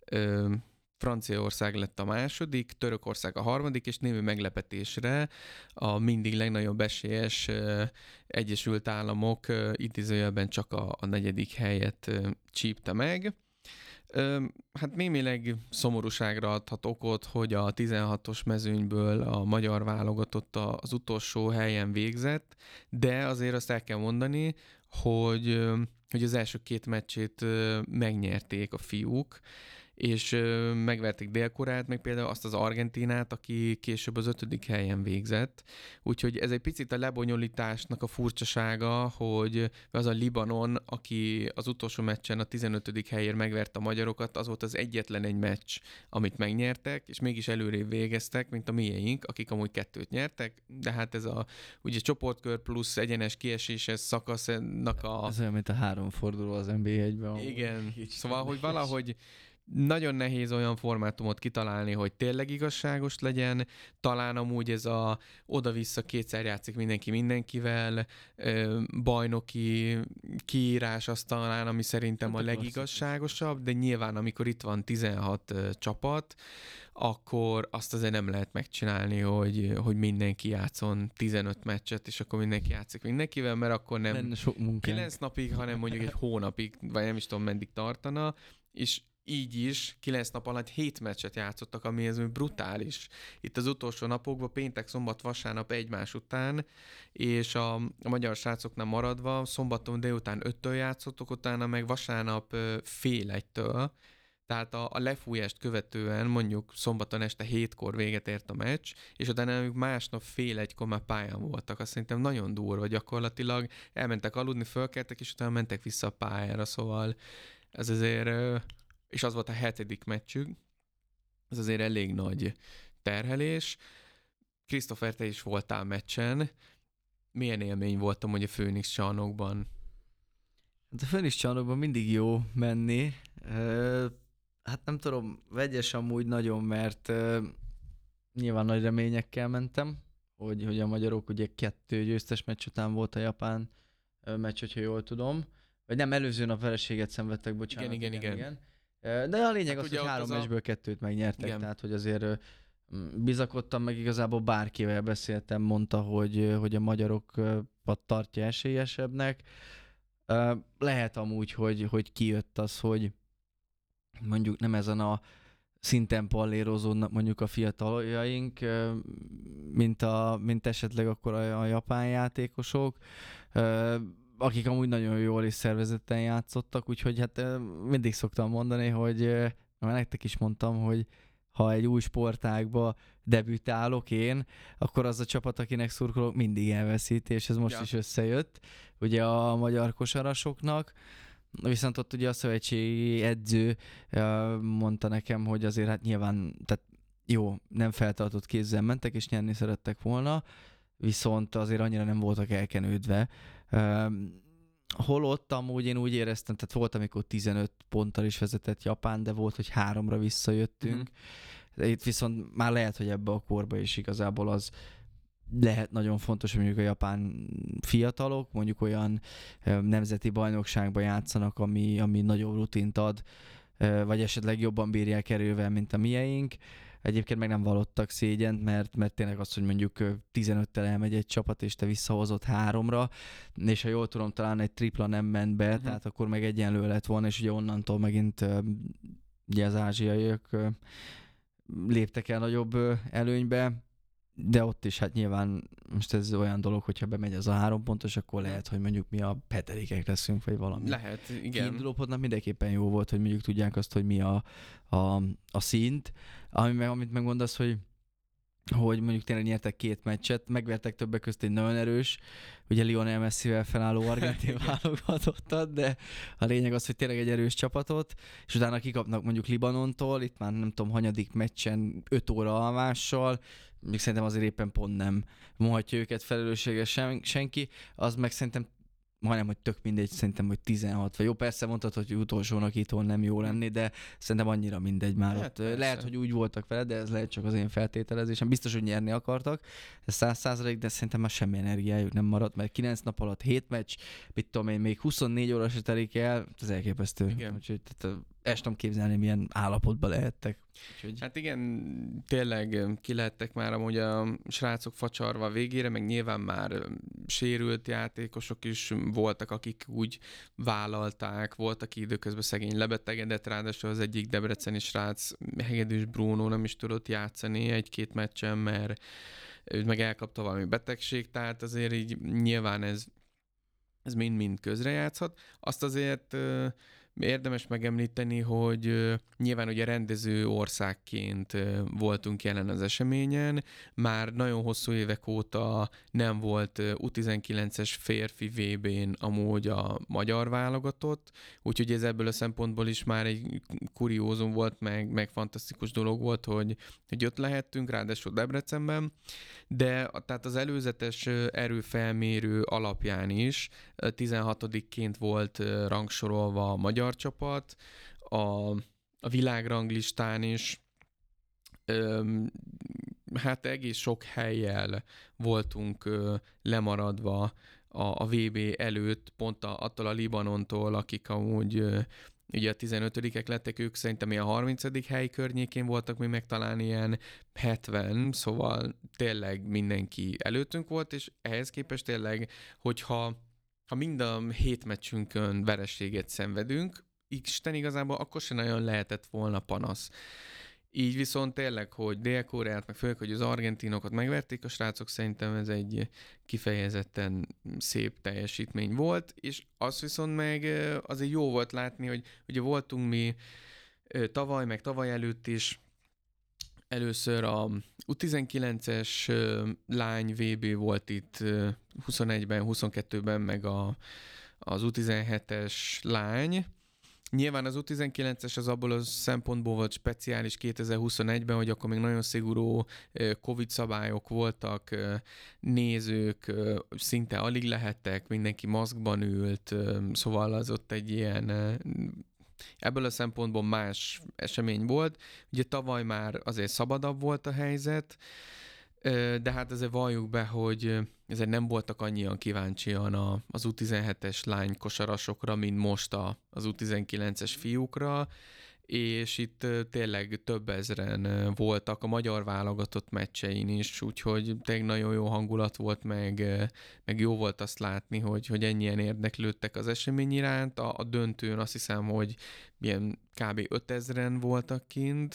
ö, Franciaország lett a második, Törökország a harmadik, és némi meglepetésre a mindig legnagyobb esélyes uh, Egyesült Államok uh, idézőjelben csak a, a negyedik helyet uh, csípte meg. Uh, hát némileg szomorúságra adhat okot, hogy a tizenhatos mezőnyből a magyar válogatott az utolsó helyen végzett, de azért azt el kell mondani, hogy, uh, hogy az első két meccsét uh, megnyerték a fiúk, és ö, megverték Dél-Koreát, meg például azt az Argentinát, aki később az ötödik helyen végzett. Úgyhogy ez egy picit a lebonyolításnak a furcsasága, hogy az a Libanon, aki az utolsó meccsen a tizenötödik helyért megverte a magyarokat, az volt az egyetlen egy meccs, amit megnyertek, és mégis előrébb végeztek, mint a miénk, akik amúgy kettőt nyertek, de hát ez a ugye csoportkör plusz egyenes kieséses szakasznak a... Ez olyan, mint a három forduló az en bé egyben. Igen, szóval, hogy valahogy nagyon nehéz olyan formátumot kitalálni, hogy tényleg igazságos legyen. Talán amúgy ez a oda-vissza kétszer játszik mindenki mindenkivel, bajnoki kiírás az talán, ami szerintem a legigazságosabb, de nyilván amikor itt van tizenhat csapat, akkor azt azért nem lehet megcsinálni, hogy, hogy mindenki játszon tizenöt meccset, és akkor mindenki játszik mindenkivel, mert akkor nem kilenc napig, hanem mondjuk egy hónapig, vagy nem is tudom, meddig tartana, és így is kilenc nap alatt hét meccset játszottak, ami ez brutális. Itt az utolsó napokban, péntek, szombat, vasárnap egymás után, és a, a magyar srácoknál maradva szombaton délután öttől játszottak, utána meg vasárnap fél egytől, tehát a, a lefújást követően mondjuk szombaton este hétkor véget ért a meccs, és utána másnap fél egykor már pályán voltak. Azt szerintem nagyon durva, gyakorlatilag elmentek aludni, fölkeltek, és utána mentek vissza a pályára, szóval ez azért... és az volt a hetedik meccsük, ez azért elég nagy terhelés. Krisztófer, te is voltál meccsen. Milyen élmény volt amúgy a Phoenix csarnokban? Hát a Phoenix csarnokban mindig jó menni. Hát nem tudom, vegyes amúgy nagyon, mert nyilván nagy reményekkel mentem, hogy, hogy a magyarok ugye kettő győztes meccs után volt a japán meccs, hogyha jól tudom. Vagy nem, előző nap vereséget szenvedtek, bocsánat. Igen, igen, igen. igen. De a lényeg hát az, hogy három meccsből a... kettőt megnyertek, igen. Tehát hogy azért bizakodtam, meg igazából bárkivel beszéltem, mondta, hogy, hogy a magyarokat tartja esélyesebbnek. Lehet amúgy, hogy, hogy kijött az, hogy mondjuk nem ezen a szinten pallérozódnak mondjuk a fiataljaink, mint, a, mint esetleg akkor a, a japán játékosok, akik amúgy nagyon jól és szervezetten játszottak, úgyhogy hát mindig szoktam mondani, hogy már nektek is mondtam, hogy ha egy új sportágba debütálok én, akkor az a csapat, akinek szurkolok, mindig elveszít, és ez most ja. is összejött, ugye a magyar kosarasoknak. Viszont ott ugye a szövetségi edző mondta nekem, hogy azért hát nyilván, tehát jó, nem feltartott kézzel mentek, és nyerni szerettek volna, viszont azért annyira nem voltak elkenődve. Holott amúgy én úgy éreztem, tehát volt, amikor tizenöt ponttal is vezetett Japán, de volt, hogy háromra visszajöttünk. Mm-hmm. Itt viszont már lehet, hogy ebbe a korba is igazából az lehet nagyon fontos, hogy mondjuk a japán fiatalok mondjuk olyan nemzeti bajnokságban játszanak, ami, ami nagyobb rutint ad, vagy esetleg jobban bírják erővel, mint a mieink. Egyébként meg nem vallottak szégyent, mert, mert tényleg az, hogy mondjuk tizenöttel elmegy egy csapat, és te visszahozott háromra, és ha jól tudom, talán egy tripla nem ment be, uh-huh. tehát akkor meg egyenlő lett volna, és ugye onnantól megint ugye az ázsiaiak léptek el nagyobb előnybe, de ott is hát nyilván most ez olyan dolog, hogyha bemegy ez a három pontos, akkor lehet, hogy mondjuk mi a hetedikek leszünk, vagy valami. Lehet, igen. Kiinduló pontnak mindenképpen jó volt, hogy mondjuk tudják azt, hogy mi a, a, a szint. Ami meg, amit megmondasz, hogy hogy mondjuk tényleg nyertek két meccset, megvertek többek között egy nagyon erős, ugye Lionel Messivel felálló argentin válogatottat, de a lényeg az, hogy tényleg egy erős csapatot, és utána kikapnak mondjuk Libanontól, itt már nem tudom, hanyadik meccsen öt óra alvással, még szerintem azért éppen pont nem mondhatja őket felelősséges sen, senki, az meg szerintem majdnem, hogy tök mindegy, szerintem, hogy tizenhat, vagy jó, persze mondhatod, hogy utolsónak itthon nem jó lenni, de szerintem annyira mindegy már hát, ott. Persze. Lehet, hogy úgy voltak vele, de ez lehet csak az én feltételezésem. Biztos, hogy nyerni akartak, ez száz százalék, de szerintem már semmi energiájuk nem maradt, mert kilenc nap alatt hét meccs, mit tudom én, még huszonnégy óra se telik el, ez elképesztő. Igen. Úgyhogy tehát, el sem tudom képzelni, milyen állapotban lehettek. Úgyhogy... Hát igen, tényleg ki lehettek már amúgy a srácok facsarva végére, meg nyilván már sérült játékosok is voltak, akik úgy vállalták, volt, aki időközben szegény lebetegedett, ráadásul az egyik debreceni srác, Hegedűs Bruno nem is tudott játszani egy-két meccsen, mert ő meg elkapta valami betegség, tehát azért így nyilván ez, ez mind-mind közrejátszhat. Azt azért érdemes megemlíteni, hogy uh, nyilván ugye rendező országként uh, voltunk jelen az eseményen, már nagyon hosszú évek óta nem volt uh, u tizenkilences férfi vé bén amúgy a magyar válogatott, úgyhogy ez ebből a szempontból is már egy kuriózum volt, meg, meg fantasztikus dolog volt, hogy, hogy ott lehettünk, ráadásul Debrecenben, de tehát az előzetes erőfelmérő alapján is tizenhatodikként volt rangsorolva a magyar csapat, a, a világranglistán is öm, hát egész sok hellyel voltunk ö, lemaradva a, a vé bé előtt, pont a, attól a Libanontól, akik amúgy ö, ugye a tizenötödikek lettek, ők szerintem ilyen harmincadik hely környékén voltak, mi meg talán ilyen hetven, szóval tényleg mindenki előttünk volt, és ehhez képest tényleg, hogyha ha mind a hét meccsünkön vereséget szenvedünk, Isten igazából akkor sem nagyon lehetett volna panasz. Így viszont tényleg, hogy Dél-Koreát, meg főleg, hogy az argentinokat megverték a srácok, szerintem ez egy kifejezetten szép teljesítmény volt, és az viszont meg azért jó volt látni, hogy ugye voltunk mi tavaly, meg tavaly előtt is, először a u tizenkilences lány vé bé volt itt huszonegyben, huszonkettőben, meg a, az u tizenhetes lány. Nyilván az u tizenkilences az abból a szempontból volt speciális kétezer-huszonegyben, hogy akkor még nagyon szigorú Covid szabályok voltak, nézők szinte alig lehettek, mindenki maszkban ült, szóval az ott egy ilyen... Ebből a szempontból más esemény volt. Ugye tavaly már azért szabadabb volt a helyzet, de hát azért valljuk be, hogy ezért nem voltak annyian kíváncsian az u tizenhetes lány kosarasokra, mint most az u tizenkilences fiúkra, és itt tényleg több ezren voltak a magyar válogatott meccsein is, úgyhogy tényleg nagyon jó hangulat volt, meg, meg jó volt azt látni, hogy, hogy ennyien érdeklődtek az esemény iránt. A, a döntőn azt hiszem, hogy ilyen kb. ötezren voltak kint,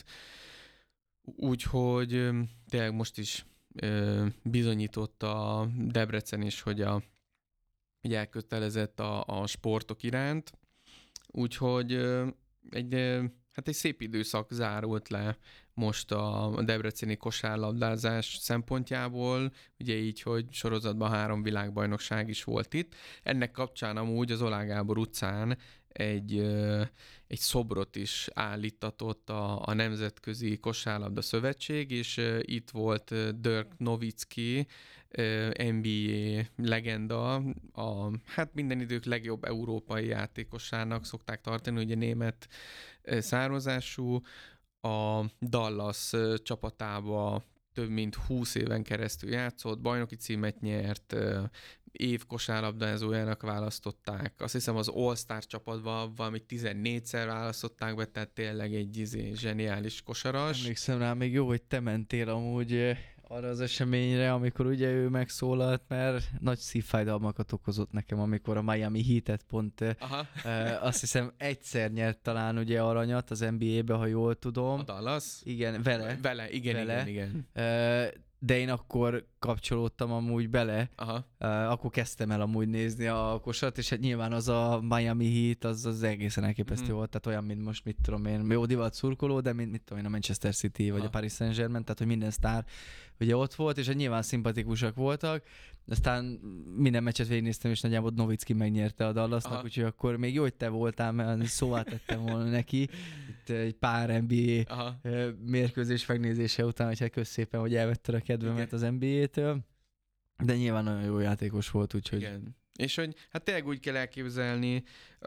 úgyhogy tényleg most is bizonyította a Debrecen is, hogy, a, hogy elkötelezett a, a sportok iránt, úgyhogy egy hát egy szép időszak zárult le most a debreceni kosárlabdázás szempontjából, ugye így, hogy sorozatban három világbajnokság is volt itt. Ennek kapcsán amúgy az Oláh Gábor utcán egy, egy szobrot is állítatott a, a Nemzetközi Kosárlabda Szövetség, és itt volt Dirk Nowitzki, en bé á legenda, a, hát minden idők legjobb európai játékosának szokták tartani, ugye német származású, a Dallas csapatába több mint húsz éven keresztül játszott, bajnoki címet nyert, év kosárlabdázójának választották. Azt hiszem az All-Star csapatban valami tizennégyszer választották be, tehát tényleg egy izé, zseniális kosaras. Emlékszem rá, még jó, hogy te mentél amúgy arra az eseményre, amikor ugye ő megszólalt, mert nagy szívfájdalmakat okozott nekem, amikor a Miami Heat-et pont eh, azt hiszem egyszer nyert talán ugye aranyat az en bé á-be, ha jól tudom. A Dallas? Igen, vele. Vele, igen, vele. igen, igen. Eh, de én akkor kapcsolódtam amúgy bele, Aha. Uh, akkor kezdtem el amúgy nézni a kosart, és hát nyilván az a Miami Heat, az, az egészen elképesztő mm. volt, tehát olyan, mint most, mit tudom én, jó divat szurkoló, de mint mit tudom én, a Manchester City, vagy ha. a Paris Saint-Germain, tehát hogy minden sztár ugye ott volt, és hát nyilván szimpatikusak voltak, aztán minden meccset végignéztem, és nagyjából Nowitzki megnyerte a Dallasnak, úgyhogy akkor még jó, hogy te voltál, mert szóval tettem volna neki, itt egy pár en bé á Aha. mérkőzés megnézése után, hogy hát kösz szépen, hogy elvetted a kedvemet Igen. az en bé á-től. De nyilván nagyon jó játékos volt, úgyhogy... Igen. És hogy hát tényleg úgy kell elképzelni,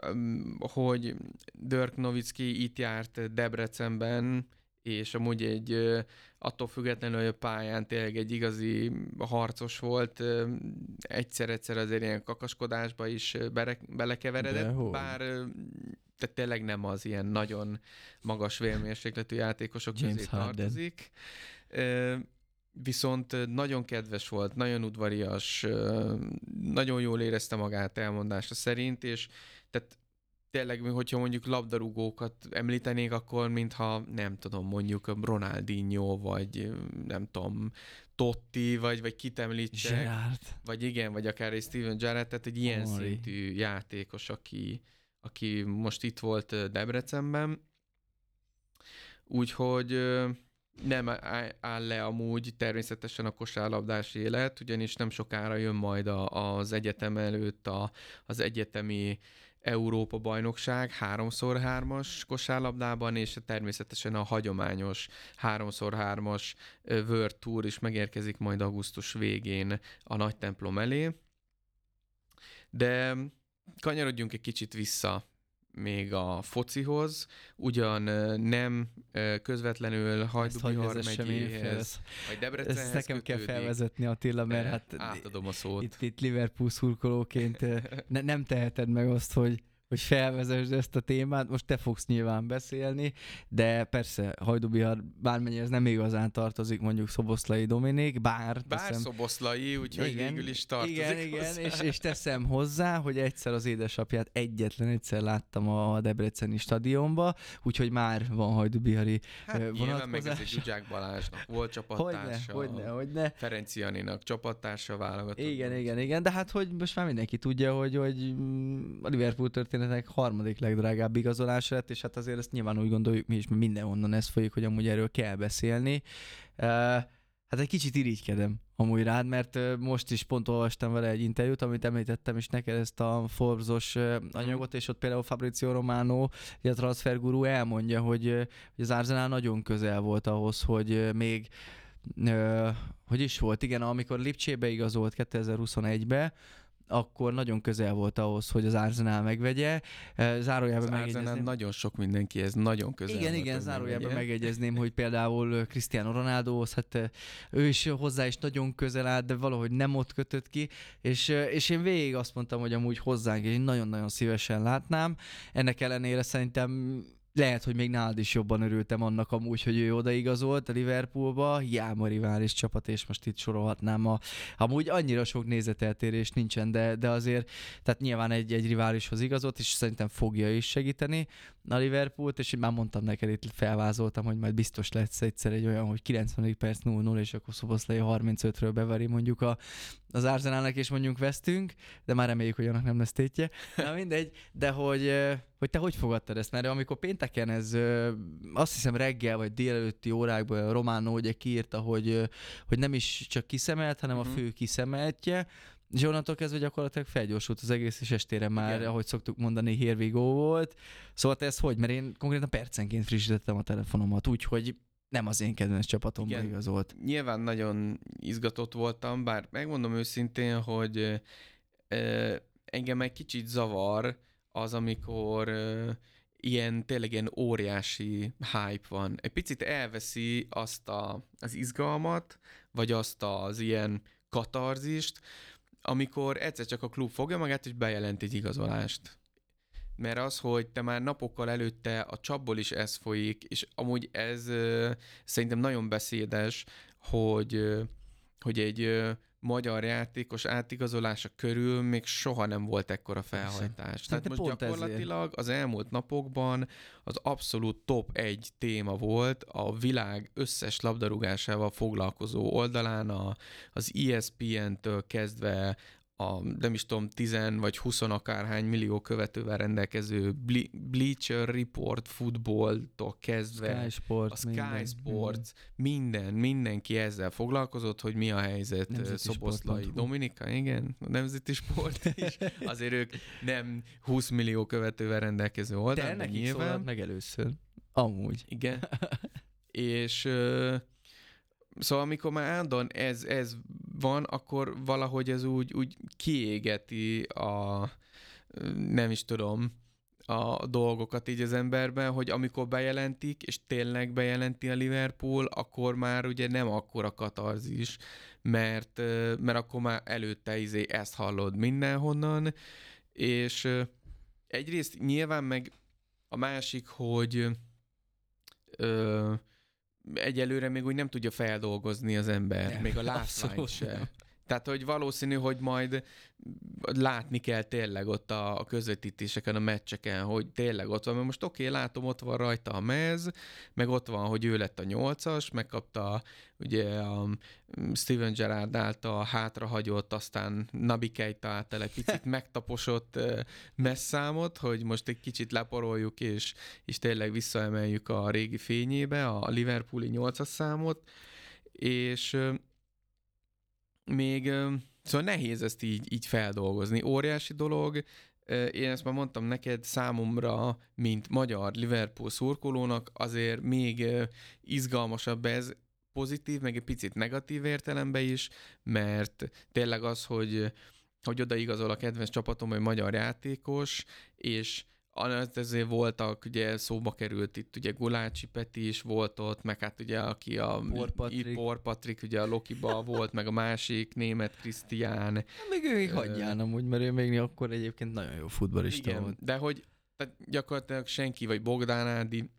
hogy Dirk Nowitzki itt járt Debrecenben, és amúgy egy attól függetlenül, hogy a pályán tényleg egy igazi harcos volt, egyszer-egyszer azért ilyen kakaskodásba is belekeveredett, bár tehát tényleg nem az ilyen nagyon magas vérmérsékletű játékosok James közé Harden. tartozik. Viszont nagyon kedves volt, nagyon udvarias, nagyon jól érezte magát elmondása szerint, és tehát tényleg, hogyha mondjuk labdarúgókat említenék, akkor mintha nem tudom, mondjuk Ronaldinho, vagy nem tudom, Totti, vagy, vagy kit említsek. Gerrard. Vagy igen, vagy akár egy Steven Gerrard, tehát egy ilyen Henry. szintű játékos, aki, aki most itt volt Debrecenben. Úgyhogy nem áll le amúgy természetesen a kosárlabdás élet, ugyanis nem sokára jön majd a, az egyetem előtt a, az egyetemi Európa-bajnokság háromszor hármas kosárlabdában, és természetesen a hagyományos háromszor hármas World Tour is megérkezik majd augusztus végén a nagy templom elé. De kanyarodjunk egy kicsit vissza még a focihoz, ugyan nem közvetlenül Hajdú-Bihar megyéhez, vagy Debrecenhez Ezt nekem kötődik. kell felvezetni, Attila, mert hát átadom a szót. Itt, itt Liverpool szurkolóként ne, nem teheted meg azt, hogy hogy felvezesd ezt a témát, most te fogsz nyilván beszélni, de persze Hajdú-Bihar bármennyire ez nem igazán tartozik mondjuk Szoboszlai Dominik, bár... Bár teszem, Szoboszlai, úgyhogy igen, végül is tartozik Igen, igen, és, és teszem hozzá, hogy egyszer az édesapját egyetlen egyszer láttam a Debreceni stadionba, úgyhogy már van Hajdú-Bihari hát vonatkozás. meg ez egy Zsuzsák Balázsnak volt csapattársa, hogyne, hogyne, hogyne. Ferenci Janinak csapattársa válogatott. Igen, igen, igen, de hát hogy most már mindenki tudja, hogy, hogy a Liverpool történet harmadik legdrágább igazolása lett, és hát azért ezt nyilván úgy gondoljuk mi is, mert mindenhonnan ez folyik, hogy amúgy erről kell beszélni. Uh, hát egy kicsit irigykedem amúgy rád, mert most is pont olvastam vele egy interjút, amit említettem is neked, ezt a Forbes-os anyagot, és ott például Fabrizio Romano, a transfergurú elmondja, hogy, hogy az Arsenal nagyon közel volt ahhoz, hogy még uh, hogy is volt, igen, amikor Lipcsébe igazolt kétezer-huszonegybe, akkor nagyon közel volt ahhoz, hogy az Arsenal megvegye. Zárójában az Arsenal nagyon sok mindenki, ez nagyon közel Igen, volt, igen, zárójában megegyezném, hogy például Cristiano Ronaldohoz, hát ő is hozzá is nagyon közel állt, de valahogy nem ott kötött ki, és, és én végig azt mondtam, hogy amúgy hozzánk, és én nagyon-nagyon szívesen látnám. Ennek ellenére szerintem lehet, hogy még nálad is jobban örültem annak amúgy, hogy ő odaigazolt a Liverpoolba, hiába rivális csapat, és most itt sorolhatnám a... Amúgy annyira sok nézeteltérés nincsen, de, de azért, tehát nyilván egy, egy riválishoz igazolt, és szerintem fogja is segíteni a Liverpoolt, és én már mondtam neked, itt felvázoltam, hogy majd biztos lesz egyszer egy olyan, hogy kilencvenedik perc nulla nulla, és akkor Szoboszlai harmincötről beveri mondjuk a, az Arsenalnak, és mondjuk vesztünk, de már reméljük, hogy annak nem lesz tétje. Na mindegy, de hogy... hogy te hogy fogadtad ezt, mert amikor pénteken ez ö, azt hiszem reggel vagy délelőtti órákban Romano ugye kiírta, hogy, ö, hogy nem is csak kiszemelt, hanem uh-huh. a fő kiszemeltje, és onnantól kezdve gyakorlatilag felgyorsult az egész, és estére már, igen. ahogy szoktuk mondani, here we go volt. Szóval te ez hogy? Mert én konkrétan percenként frissítettem a telefonomat, úgyhogy nem az én kedvenc csapatomban igazolt. Nyilván nagyon izgatott voltam, bár megmondom őszintén, hogy ö, engem egy kicsit zavar az, amikor ö, ilyen tényleg ilyen óriási hype van. Egy picit elveszi azt a, az izgalmat, vagy azt az ilyen katarzist, amikor egyszer csak a klub fogja magát, és bejelent egy igazolást. Mert az, hogy te már napokkal előtte a csapból is ez folyik, és amúgy ez ö, szerintem nagyon beszédes, hogy, ö, hogy egy ö, magyar játékos átigazolása körül még soha nem volt ekkora felhajtás. Tehát most gyakorlatilag ezért. Az elmúlt napokban az abszolút top egy téma volt a világ összes labdarúgásával foglalkozó oldalán, a, az E S P N-től kezdve a nem is tudom, tizen vagy huszon akárhány millió követővel rendelkező Ble- Bleacher Report futballtól kezdve, Sky Sport, a Sky minden. Sports, minden, mindenki ezzel foglalkozott, hogy mi a helyzet. Nemzeti Szoboszlai Sport. Dominika, igen, a Nemzeti Sport is. Azért ők nem húsz millió követővel rendelkező oldal, de nekik nyilván. szólalt meg először. Amúgy. Igen. És... Szóval amikor már állandóan ez, ez van, akkor valahogy ez úgy, úgy kiégeti a, nem is tudom, a dolgokat így az emberben, hogy amikor bejelentik, és tényleg bejelenti a Liverpool, akkor már ugye nem akkora katarzis, mert, mert akkor már előtte izé ezt hallod mindenhonnan, és egyrészt nyilván meg a másik, hogy ö, egyelőre még úgy nem tudja feldolgozni az ember, nem, még a látványt se. Tehát, hogy valószínű, hogy majd látni kell tényleg ott a, a közvetítéseken, a meccseken, hogy tényleg ott van, mert most oké, okay, látom, ott van rajta a mez, meg ott van, hogy ő lett a nyolcas, megkapta ugye a Steven Gerrard által hátrahagyott, aztán Naby Keita által egy picit megtaposott messzámot, hogy most egy kicsit leporoljuk, és, és tényleg visszaemeljük a régi fényébe a Liverpooli nyolcas számot, és még, szóval nehéz ezt így, így feldolgozni. Óriási dolog, én ezt már mondtam neked, számomra, mint magyar Liverpool szurkolónak, azért még izgalmasabb ez, pozitív, meg egy picit negatív értelemben is, mert tényleg az, hogy, hogy odaigazol a kedvenc csapatom, egy magyar játékos, és ezért voltak, ugye szóba került itt, ugye Gulácsi Peti is volt ott, meg hát ugye aki a Por Patrik, Por Patrik ugye a Lokiba volt, meg a másik német Krisztián. Még ő még hagyján amúgy, mert ő még akkor egyébként nagyon jó futballista igen, volt. De hogy tehát gyakorlatilag senki, vagy Bogdán Ádi,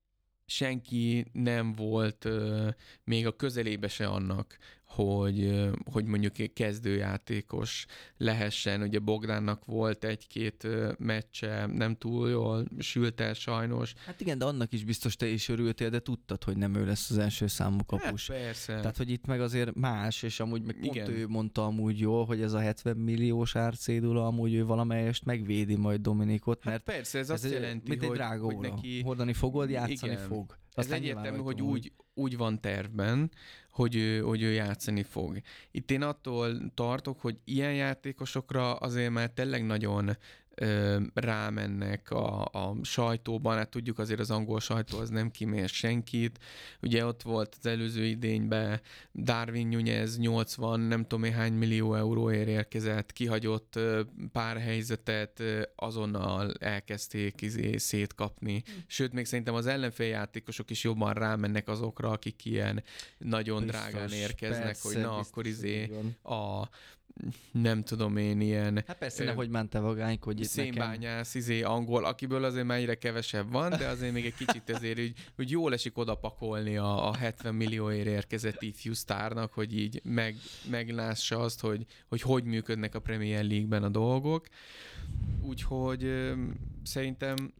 senki nem volt uh, még a közelébe se annak, hogy, uh, hogy mondjuk kezdőjátékos lehessen. Ugye Bogdánnak volt egy-két uh, meccse, nem túl jól sült el sajnos. Hát igen, de annak is biztos te is örültél, de tudtad, hogy nem ő lesz az első számú kapus. Hát persze. Tehát, hogy itt meg azért más, és amúgy meg pont ő mondta amúgy jól, hogy ez a hetven milliós árcédula, amúgy ő valamelyest megvédi majd Dominikot, mert hát persze, ez, ez azt jelenti, mint egy hogy, drága hogy óra. Neki... Hordani fogod, játszani igen. fog. Ez egyértelmű, hogy úgy, úgy van tervben, hogy ő, hogy ő játszani fog. Itt én attól tartok, hogy ilyen játékosokra azért már tényleg nagyon ö, rámennek a, a sajtóban, hát tudjuk azért az angol sajtó az nem kímél senkit. Ugye ott volt az előző idényben Darwin Núñez nyolcvan, nem tudom én hány millió euróért érkezett, kihagyott ö, pár helyzetet, ö, azonnal elkezdték izé, szétkapni. Sőt, még szerintem az ellenféljátékosok is jobban rámennek azokra, akik ilyen nagyon biztos, drágán érkeznek, persze, hogy na akkor izé a nem tudom én ilyen... Hát persze, nehogy mente vagánykodj itt szénbányász, izé angol, akiből azért már egyre kevesebb van, de azért még egy kicsit ezért úgy, úgy jól esik odapakolni a, a hetven millióért érkezett ifjú sztárnak, hogy így meg, meglássa azt, hogy, hogy hogy működnek a Premier League-ben a dolgok. Úgyhogy ö, szerintem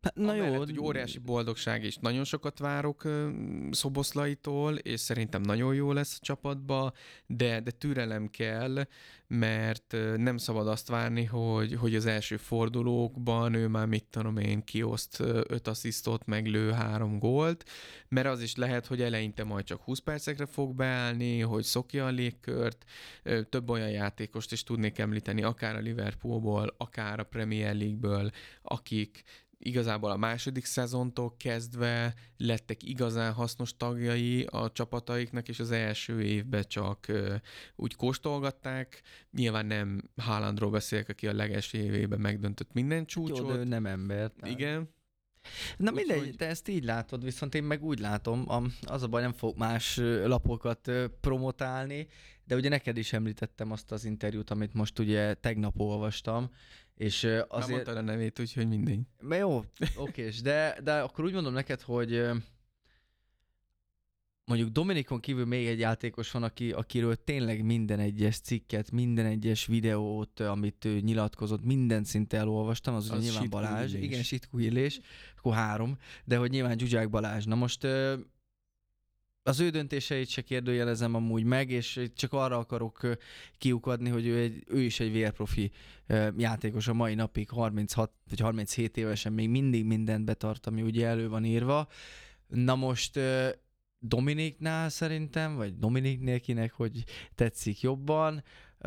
Na Amellett, jó. hogy óriási boldogság, és nagyon sokat várok ö, Szoboszlaitól, és szerintem nagyon jó lesz a csapatba, de, de türelem kell, mert ö, nem szabad azt várni, hogy, hogy az első fordulókban ő már mit tudom én, kioszt ö, öt asszisztot, meg lő három gólt, mert az is lehet, hogy eleinte majd csak húsz percekre fog beállni, hogy szokja a légkört. Ö, több olyan játékost is tudnék említeni, akár a Liverpoolból, akár a Premier League-ből, akik igazából a második szezontól kezdve lettek igazán hasznos tagjai a csapataiknak, és az első évben csak uh, úgy kóstolgatták. Nyilván nem Haalandról beszélek, aki a legelső évében megdöntött minden csúcsot. Jó, de ő nem ember. Tehát. Igen. Na Úgy, mindegy, hogy... te ezt így látod, viszont én meg úgy látom, az a baj, nem fog más lapokat promotálni, de ugye neked is említettem azt az interjút, amit most ugye tegnap olvastam, és azért... Már mondtad a nevét, úgyhogy mindegy. Jó, okés, de, de akkor úgy mondom neked, hogy mondjuk Dominikon kívül még egy játékos van, aki, akiről tényleg minden egyes cikket, minden egyes videót, amit ő nyilatkozott, minden szinte elolvastam, az, az ugye nyilván Balázs. Illés. Igen, Sitku Illés, akkor három, de hogy nyilván Zsuzsák Balázs. Na most az ő döntéseit se kérdőjelezem amúgy meg, és csak arra akarok kiukadni, hogy ő, egy, ő is egy vérprofi játékos a mai napig, harminchat vagy harminchét évesen még mindig mindent betart, ami ugye elő van írva. Na most Dominiknál szerintem, vagy Dominiknél kinek, hogy tetszik jobban,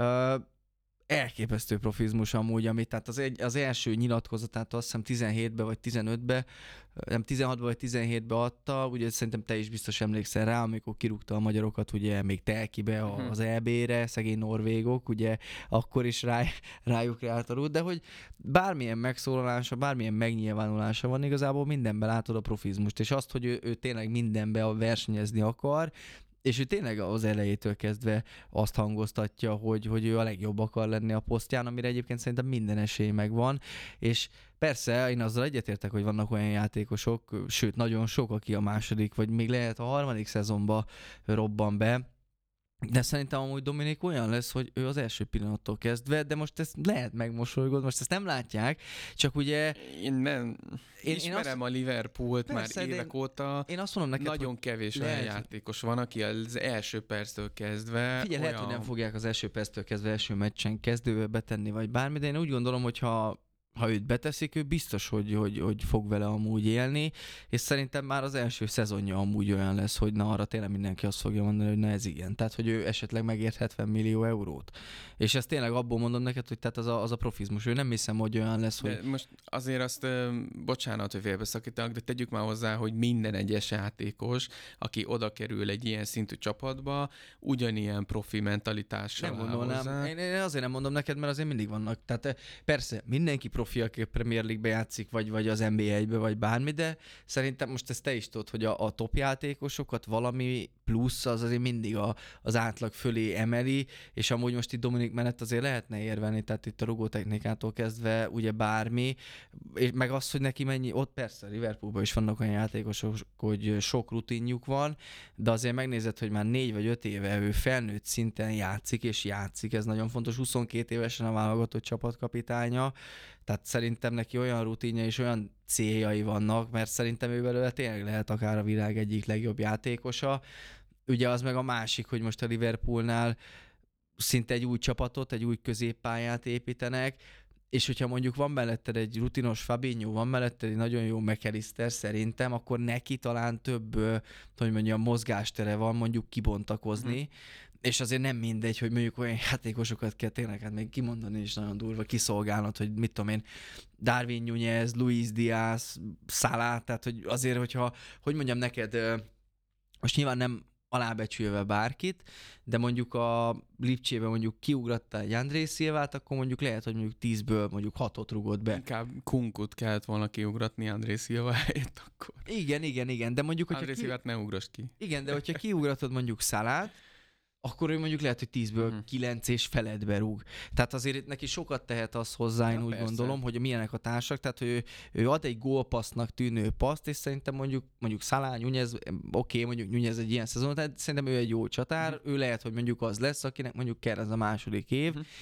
elképesztő profizmus amúgy, amit tehát az, egy, az első nyilatkozatát azt hiszem tizenhétben vagy tizenötben, nem tizenhatban vagy tizenhétben adta, ugye szerintem te is biztos emlékszel rá, amikor kirúgta a magyarokat ugye még Telkibe az é bé-re, szegény norvégok, ugye akkor is rá, rájuk rátarult, de hogy bármilyen megszólalása, bármilyen megnyilvánulása van, igazából mindenben látod a profizmust, és azt, hogy ő, ő tényleg mindenben versenyezni akar, és ő tényleg az elejétől kezdve azt hangoztatja, hogy, hogy ő a legjobb akar lenni a posztján, amire egyébként szerintem minden esély megvan, és persze én azzal egyetértek, hogy vannak olyan játékosok, sőt nagyon sok, aki a második, vagy még lehet a harmadik szezonba robban be, de szerintem amúgy Dominik olyan lesz, hogy ő az első pillanattól kezdve, de most ezt lehet megmosolygod, most ezt nem látják, csak ugye... Én nem én, ismerem én azt... a Liverpoolt persze, már évek én, óta, én azt mondom neked, nagyon kevés lehet... olyan játékos van, aki az első perctől kezdve... Figyelj, olyan... lehet, hogy nem fogják az első perctől kezdve első meccsen kezdőbe betenni, vagy bármi, de én úgy gondolom, hogy ha ha őt beteszik, ő biztos, hogy, hogy, hogy fog vele amúgy élni, és szerintem már az első szezonja amúgy olyan lesz, hogy na arra tényleg mindenki azt fogja mondani, hogy na ez igen. Tehát, hogy ő esetleg megért hetven millió eurót. És ezt tényleg abból mondom neked, hogy tehát az a, az a profizmus. Ő nem hiszem, hogy olyan lesz, de hogy... most azért azt, uh, bocsánat, hogy félbeszakítanak, de tegyük már hozzá, hogy minden egyes játékos, aki oda kerül egy ilyen szintű csapatba, ugyanilyen profi mentalitással nem gondolnám. Én, én azért nem mondom neked, mert azért mindig vannak. Tehát persze, mindenki profi, aki a Premier League-be játszik, vagy, vagy az en bé egy-be, vagy bármi, de szerintem most ezt te is tudod, hogy a, a top játékosokat valami plusz az azért mindig a, az átlag fölé emeli, és amúgy most itt Dominik mellett azért lehetne érvelni, tehát itt a rugótechnikától kezdve ugye bármi, és meg az, hogy neki mennyi, ott persze Liverpoolban is vannak olyan játékosok, hogy sok rutinjuk van, de azért megnézed, hogy már négy vagy öt éve ő felnőtt szinten játszik, és játszik, ez nagyon fontos, huszonkét évesen a válogatott csapatkapitánya, tehát szerintem neki olyan rutinja és olyan céljai vannak, mert szerintem ő belőle tényleg lehet akár a világ egyik legjobb játékosa. Ugye az meg a másik, hogy most a Liverpoolnál szinte egy új csapatot, egy új középpályát építenek, és hogyha mondjuk van melletted egy rutinos Fabinho, van melletted egy nagyon jó McAllister szerintem, akkor neki talán több, hogy mondjam, mozgástere van mondjuk kibontakozni, hmm. és azért nem mindegy, hogy mondjuk olyan játékosokat kell tényleg hát még kimondani is nagyon durva, kiszolgálnod, hogy mit tudom én, Darwin Núñez, Luis Díaz, Salah, tehát hogy azért, hogyha, hogy mondjam neked, most nyilván nem alábecsülve bárkit, de mondjuk a Lipcsében mondjuk kiugratta egy André Silvát, akkor mondjuk lehet, hogy mondjuk tízből mondjuk hatot rugott be. Inkább Kunkut kellett volna kiugratni André Silva helyett akkor. Igen, igen, igen, de mondjuk... André ki... Silvát ne ugrasd ki. Igen, de hogyha kiugratod mondjuk Salát, akkor ő mondjuk lehet, hogy tízből uh-huh. kilenc és feledbe rúg. Tehát azért neki sokat tehet az hozzá, én ja, úgy persze. gondolom, hogy milyenek a társak, tehát ő, ő ad egy gólpassznak tűnő paszt, és szerintem mondjuk mondjuk Salah, Núñez, oké, okay, mondjuk Núñez egy ilyen szezon, tehát szerintem ő egy jó csatár, uh-huh. ő lehet, hogy mondjuk az lesz, akinek mondjuk kell ez a második év, uh-huh.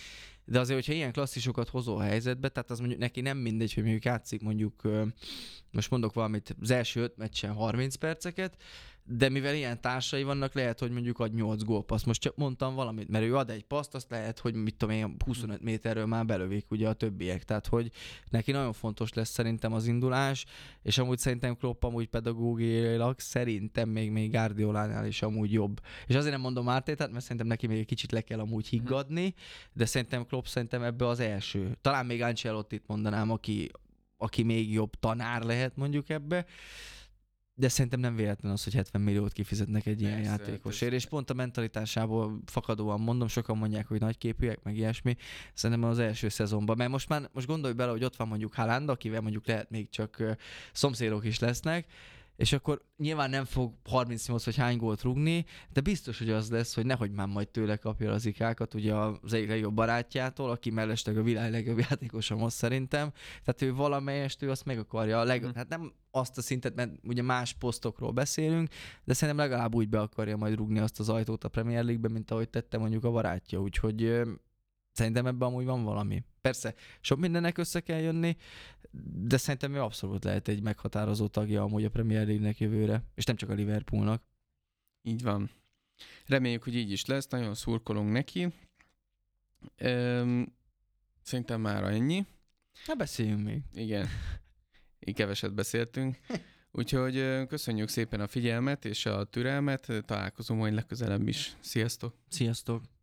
de azért, hogyha ilyen klasszisokat hozó a helyzetbe, tehát az mondjuk neki nem mindegy, hogy mondjuk játszik mondjuk, most mondok valamit, az első öt meccsen harminc perceket, de mivel ilyen társai vannak, lehet, hogy mondjuk ad nyolc gólpaszt. Most csak mondtam valamit, mert ő ad egy paszt, azt lehet, hogy mit tudom én, huszonöt méterről már belövik ugye a többiek. Tehát, hogy neki nagyon fontos lesz szerintem az indulás, és amúgy szerintem Klopp amúgy pedagógiailag szerintem még, még Guardiolánál is amúgy jobb. És azért nem mondom Artétát, mert szerintem neki még egy kicsit le kell amúgy higgadni, de szerintem Klopp szerintem ebbe az első. Talán még Ancelottit mondanám, aki, aki még jobb tanár lehet mondjuk ebbe. De szerintem nem véletlen az, hogy hetven milliót kifizetnek egy ilyen játékosért, és pont a mentalitásából fakadóan mondom, sokan mondják, hogy nagyképűek, meg ilyesmi, szerintem az első szezonban, mert most már, most gondolj bele, hogy ott van mondjuk Haaland, akivel mondjuk lehet még csak uh, szomszédok is lesznek, és akkor nyilván nem fog harmincnyolc vagy hány gólt rúgni, de biztos, hogy az lesz, hogy nehogy már majd tőle kapja az ikákat, ugye az egyik legjobb barátjától, aki mellesleg a világ legjobb játékosa most szerintem. Tehát ő valamelyest ő azt meg akarja, leg... mm. hát nem azt a szintet, mert ugye más posztokról beszélünk, de szerintem legalább úgy be akarja majd rúgni azt az ajtót a Premier League-be, mint ahogy tette mondjuk a barátja, úgyhogy szerintem ebben amúgy van valami. Persze, sok mindennek össze kell jönni, de szerintem ő abszolút lehet egy meghatározó tagja amúgy a Premier League-nek jövőre, és nem csak a Liverpoolnak. Így van. Reméljük, hogy így is lesz, nagyon szurkolunk neki. Üm, szerintem már ennyi. Na, beszéljünk még. Igen. Így keveset beszéltünk. Úgyhogy köszönjük szépen a figyelmet és a türelmet, találkozunk majd legközelebb is. Sziasztok! Sziasztok!